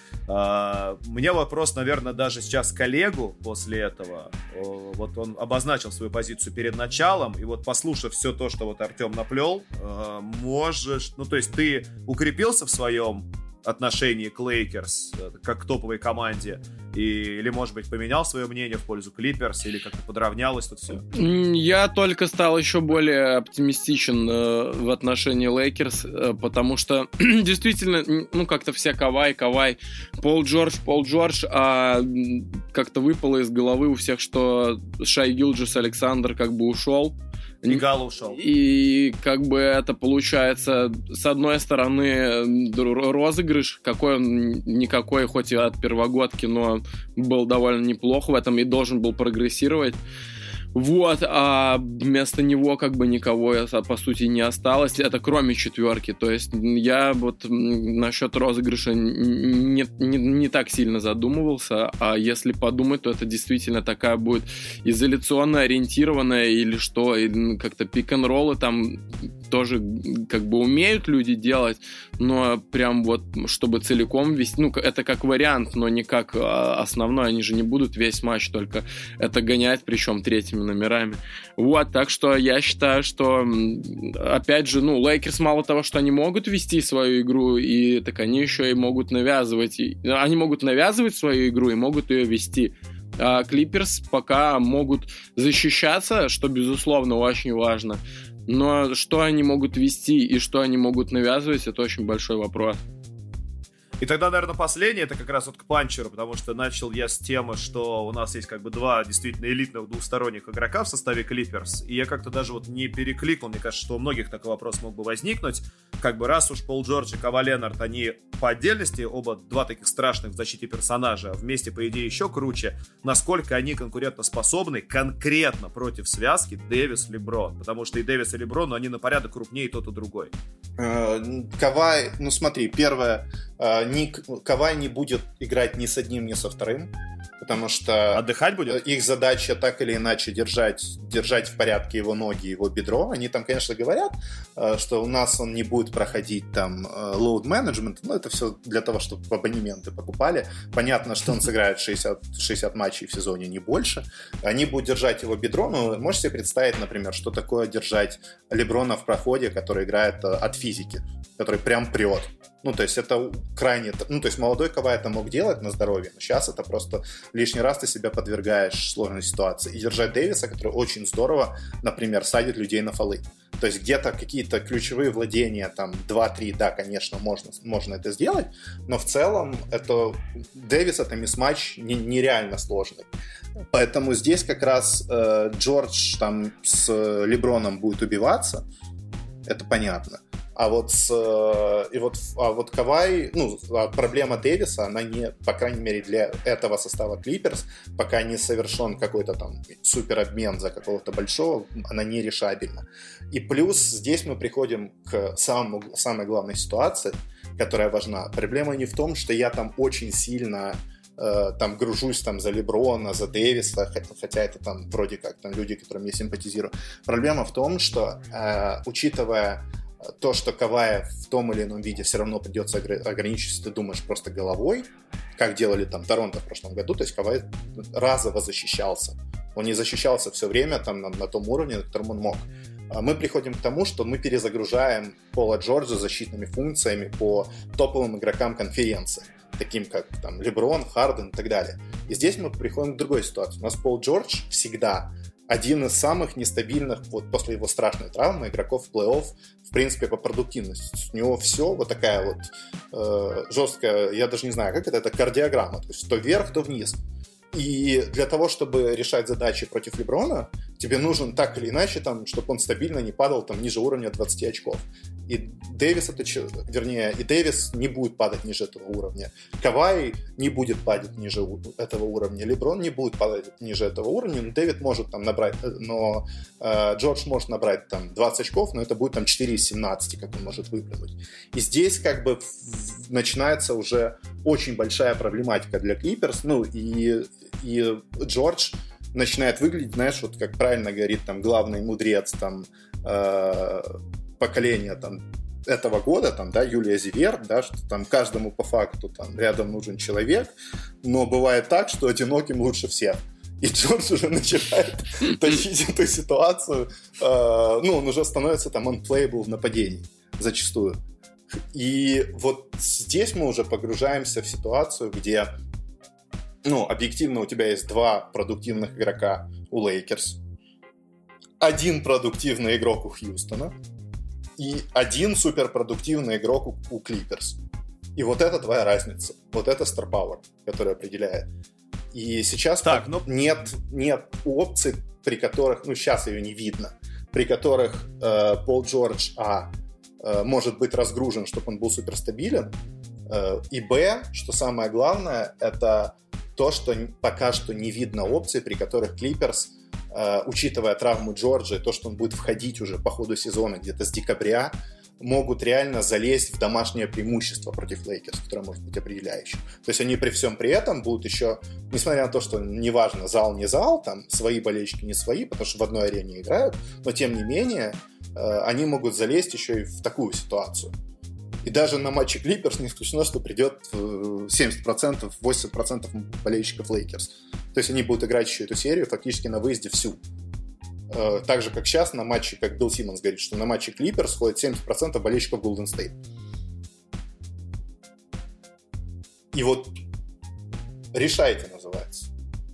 Uh, у меня вопрос, наверное, даже сейчас к Олегу после этого. Uh, вот он обозначил свою позицию перед началом, и вот послушав все то, что вот Артем наплел, uh, можешь... Ну, то есть ты укрепился в своем отношении к Лейкерс, как к топовой команде, и, или, может быть, поменял свое мнение в пользу Клиперс, или как-то подравнялось тут все? Я только стал еще более оптимистичен э, в отношении Лейкерс, э, потому что действительно, ну, как-то все Кавай, Кавай, Пол Джордж, Пол Джордж, а как-то выпало из головы у всех, что Шай Гилджес-Александр как бы ушел. И Гало ушел. И как бы это получается, с одной стороны, розыгрыш, какой он никакой, хоть и от первогодки, но был довольно неплох в этом и должен был прогрессировать. Вот, а вместо него как бы никого, по сути, не осталось, это кроме четверки. То есть я вот насчет розыгрыша не, не, не так сильно задумывался, а если подумать, то это действительно такая будет изоляционно ориентированная или что, или как-то пик-н-роллы там тоже как бы умеют люди делать, но прям вот чтобы целиком вести, ну это как вариант, но не как основной, они же не будут весь матч только это гонять, причем третьими номерами. Вот, так что я считаю, что опять же, ну, Лейкерс мало того, что они могут вести свою игру, и так они еще и могут навязывать, и, они могут навязывать свою игру и могут ее вести. А Клиперс пока могут защищаться, что, безусловно, очень важно. Но что они могут вести и что они могут навязывать, это очень большой вопрос. И тогда, наверное, последнее, это как раз вот к панчеру, потому что начал я с темы, что у нас есть как бы два действительно элитных двухсторонних игрока в составе Клиперс, и я как-то даже вот не перекликнул, мне кажется, что у многих такой вопрос мог бы возникнуть, как бы раз уж Пол Джордж и Кавай Ленард, они по отдельности оба два таких страшных в защите персонажа, вместе, по идее, еще круче, насколько они конкурентоспособны конкретно против связки Дэвис-Леброн, потому что и Дэвис, и Леброн, но они на порядок крупнее и тот, и другой. Кавай, ну смотри, первое, ни, Кавай не будет играть ни с одним, ни со вторым, потому что отдыхать будет? Их задача так или иначе держать, держать в порядке его ноги, его бедро. Они там, конечно, говорят, что у нас он не будет проходить там load management, но это все для того, чтобы абонементы покупали. Понятно, что он сыграет шестьдесят, шестьдесят матчей в сезоне, не больше. Они будут держать его бедро, но можете себе представить, например, что такое держать Леброна в проходе, который играет от физики, который прям прет. Ну, то есть это крайне... Ну, то есть молодой Кавай это мог делать на здоровье, но сейчас это просто лишний раз ты себя подвергаешь сложной ситуации. И держать Дэвиса, который очень здорово, например, садит людей на фолы. То есть где-то какие-то ключевые владения, там, два-три, да, конечно, можно, можно это сделать, но в целом это Дэвис, это мисс-матч нереально сложный. Поэтому здесь как раз э, Джордж там с Леброном будет убиваться, это понятно. А вот, с, и вот, а вот Кавай, ну, проблема Дэвиса, она не, по крайней мере, для этого состава Клиперс, пока не совершен какой-то там суперобмен за какого-то большого, она не решабельна. И плюс здесь мы приходим к самому, самой главной ситуации, которая важна. Проблема не в том, что я там очень сильно э, там гружусь там за Леброна, за Дэвиса, хотя это там вроде как там люди, которым я симпатизирую. Проблема в том, что э, учитывая то, что Кавая в том или ином виде все равно придется ограничить, ты думаешь просто головой, как делали там Торонто в прошлом году, то есть Кавай разово защищался. Он не защищался все время там на, на том уровне, на котором он мог. Мы приходим к тому, что мы перезагружаем Пола Джорджа защитными функциями по топовым игрокам конференции, таким как там Леброн, Харден и так далее. И здесь мы приходим к другой ситуации. У нас Пол Джордж всегда один из самых нестабильных, вот после его страшной травмы, игроков в плей-офф, в принципе, по продуктивности. У него все вот такая вот э, жесткая, я даже не знаю, как это, это кардиограмма, то есть то вверх, то вниз. И для того, чтобы решать задачи против Леброна, тебе нужен так или иначе, там, чтобы он стабильно не падал там, ниже уровня двадцать очков. И Дэвис, это, вернее, и Дэвис не будет падать ниже этого уровня. Кавай не будет падать ниже этого уровня. Леброн не будет падать ниже этого уровня. Но Дэвид может там набрать, но э, Джордж может набрать там двадцать очков, но это будет там четыре из семнадцати, как он может выплюнуть. И здесь как бы в, начинается уже очень большая проблематика для Клиперс. Ну и, и Джордж начинает выглядеть, знаешь, вот как правильно говорит там главный мудрец там э, поколения там этого года, там, да, Юлия Зиверт, да, что там каждому по факту там рядом нужен человек, но бывает так, что одиноким лучше всех. И Джордж уже начинает тащить эту ситуацию, э, ну, он уже становится там unplayable в нападении зачастую. И вот здесь мы уже погружаемся в ситуацию, где ну, объективно у тебя есть два продуктивных игрока у Лейкерс, один продуктивный игрок у Хьюстона и один суперпродуктивный игрок у Клиперс. И вот это твоя разница. Вот это star power, который определяет. И сейчас так, ну... нет, нет опций, при которых, ну, сейчас ее не видно, при которых э, Пол Джордж, а, э, может быть разгружен, чтобы он был суперстабилен, э, и, б, что самое главное, это то, что пока что не видно опций, при которых Клиперс, э, учитывая травму Джорджа и то, что он будет входить уже по ходу сезона где-то с декабря, могут реально залезть в домашнее преимущество против Лейкерс, которое может быть определяющим. То есть они при всем при этом будут еще, несмотря на то, что неважно, зал не зал, там свои болельщики не свои, потому что в одной арене играют, но тем не менее э, они могут залезть еще и в такую ситуацию. И даже на матче Клиперс не исключено, что придет семьдесят процентов, восемьдесят процентов болельщиков Лейкерс. То есть они будут играть еще эту серию фактически на выезде всю. Так же, как сейчас на матче, как Билл Симмонс говорит, что на матче Клиперс ходит семьдесят процентов болельщиков Голден Стейт. И вот решайте, называется.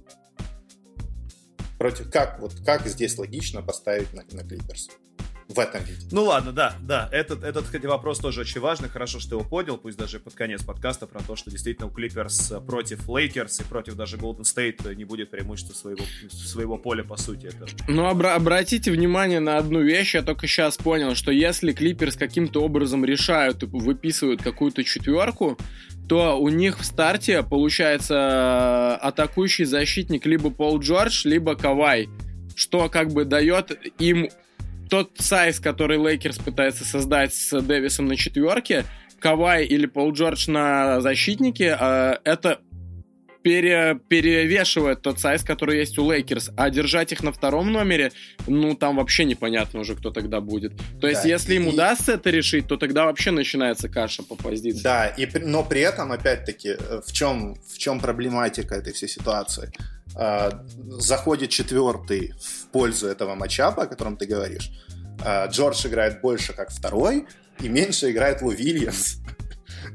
Против, как, вот, как здесь логично поставить на, на Клиперс? В этом виде. Ну ладно, да, да, этот, этот кстати, вопрос тоже очень важный, хорошо, что ты его поднял, пусть даже под конец подкаста, про то, что действительно у Клиперс против Лейкерс и против даже Голден Стейт не будет преимущества своего, своего поля, по сути. Это... Ну, обра- обратите внимание на одну вещь, я только сейчас понял, что если Клиперс каким-то образом решают и выписывают какую-то четверку, то у них в старте получается атакующий защитник либо Пол Джордж, либо Кавай, что как бы дает им тот сайз, который Лейкерс пытается создать с Дэвисом на четверке, Кавай или Пол Джордж на защитнике, это пере, перевешивает тот сайз, который есть у Лейкерс. А держать их на втором номере, ну, там вообще непонятно уже, кто тогда будет. То есть, да, если и... им удастся это решить, то тогда вообще начинается каша по позиции. Да, и, но при этом, опять-таки, в чем, в чем проблематика этой всей ситуации? Заходит четвертый в пользу этого матчапа, о котором ты говоришь. Джордж играет больше как второй и меньше играет Лу Вильямс.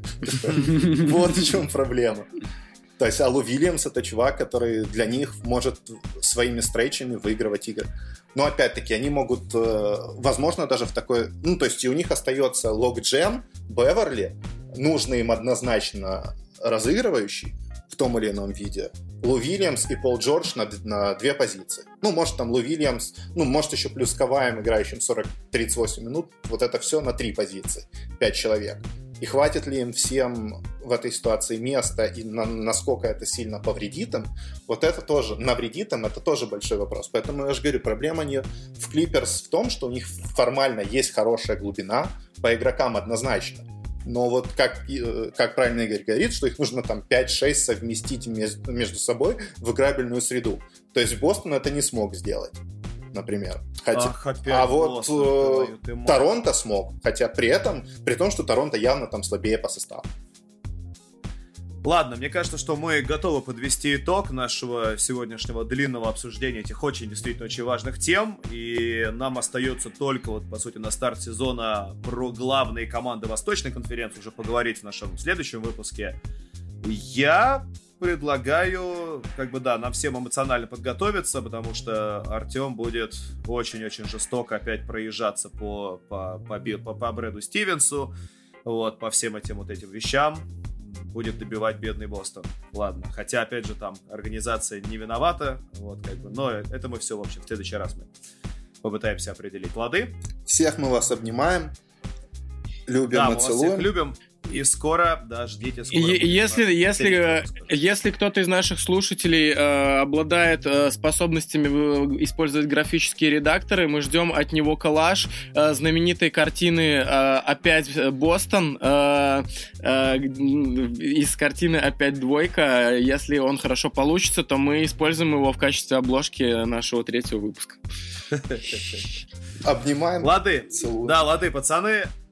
Вот в чем проблема. То есть, а Лу Вильямс — это чувак, который для них может своими стрейчами выигрывать игры. Но, опять-таки, они могут, возможно, даже в такой... Ну, то есть, и у них остается Локджем, Беверли, нужный им однозначно разыгрывающий в том или ином виде, Лу Вильямс и Пол Джордж на, на две позиции. Ну, может, там Лу Вильямс, ну, может, еще плюс Каваем, играющим сорок тридцать восемь минут, вот это все на три позиции, пять человек. И хватит ли им всем в этой ситуации места, и на, насколько это сильно повредит им, вот это тоже, навредит им, это тоже большой вопрос. Поэтому я же говорю, проблема не в Клиперс в том, что у них формально есть хорошая глубина, по игрокам однозначно. Но вот как, как правильно Игорь говорит, что их нужно там пять-шесть совместить между собой в играбельную среду. То есть Бостон это не смог сделать, например. Хотя, Ах, опять а вот Бостон, ты мой. Торонто смог, хотя при этом, при том, что Торонто явно там слабее по составу. Ладно, мне кажется, что мы готовы подвести итог нашего сегодняшнего длинного обсуждения этих очень, действительно, очень важных тем. И нам остается только, вот, по сути, на старт сезона про главные команды Восточной конференции уже поговорить в нашем следующем выпуске. Я предлагаю, как бы, да, нам всем эмоционально подготовиться, потому что Артем будет очень-очень жестоко опять проезжаться по, по, по, по, по Брэду Стивенсу, вот, по всем этим вот этим вещам. Будет добивать бедный Бостон. Ладно. Хотя, опять же, там организация не виновата. Вот, как бы. Но это мы все, в общем, в следующий раз мы попытаемся определить лады. Всех мы вас обнимаем. Любим да, и мы вас целуем. всех любим. И скоро, да, ждите скоро. И, если, если, если кто-то из наших слушателей э, обладает э, способностями использовать графические редакторы, мы ждем от него коллаж э, знаменитой картины э, «Опять Бостон», э, э, из картины «Опять двойка». Если он хорошо получится, то мы используем его в качестве обложки нашего третьего выпуска. Обнимаем. Лады. Целуем. Да, лады, пацаны.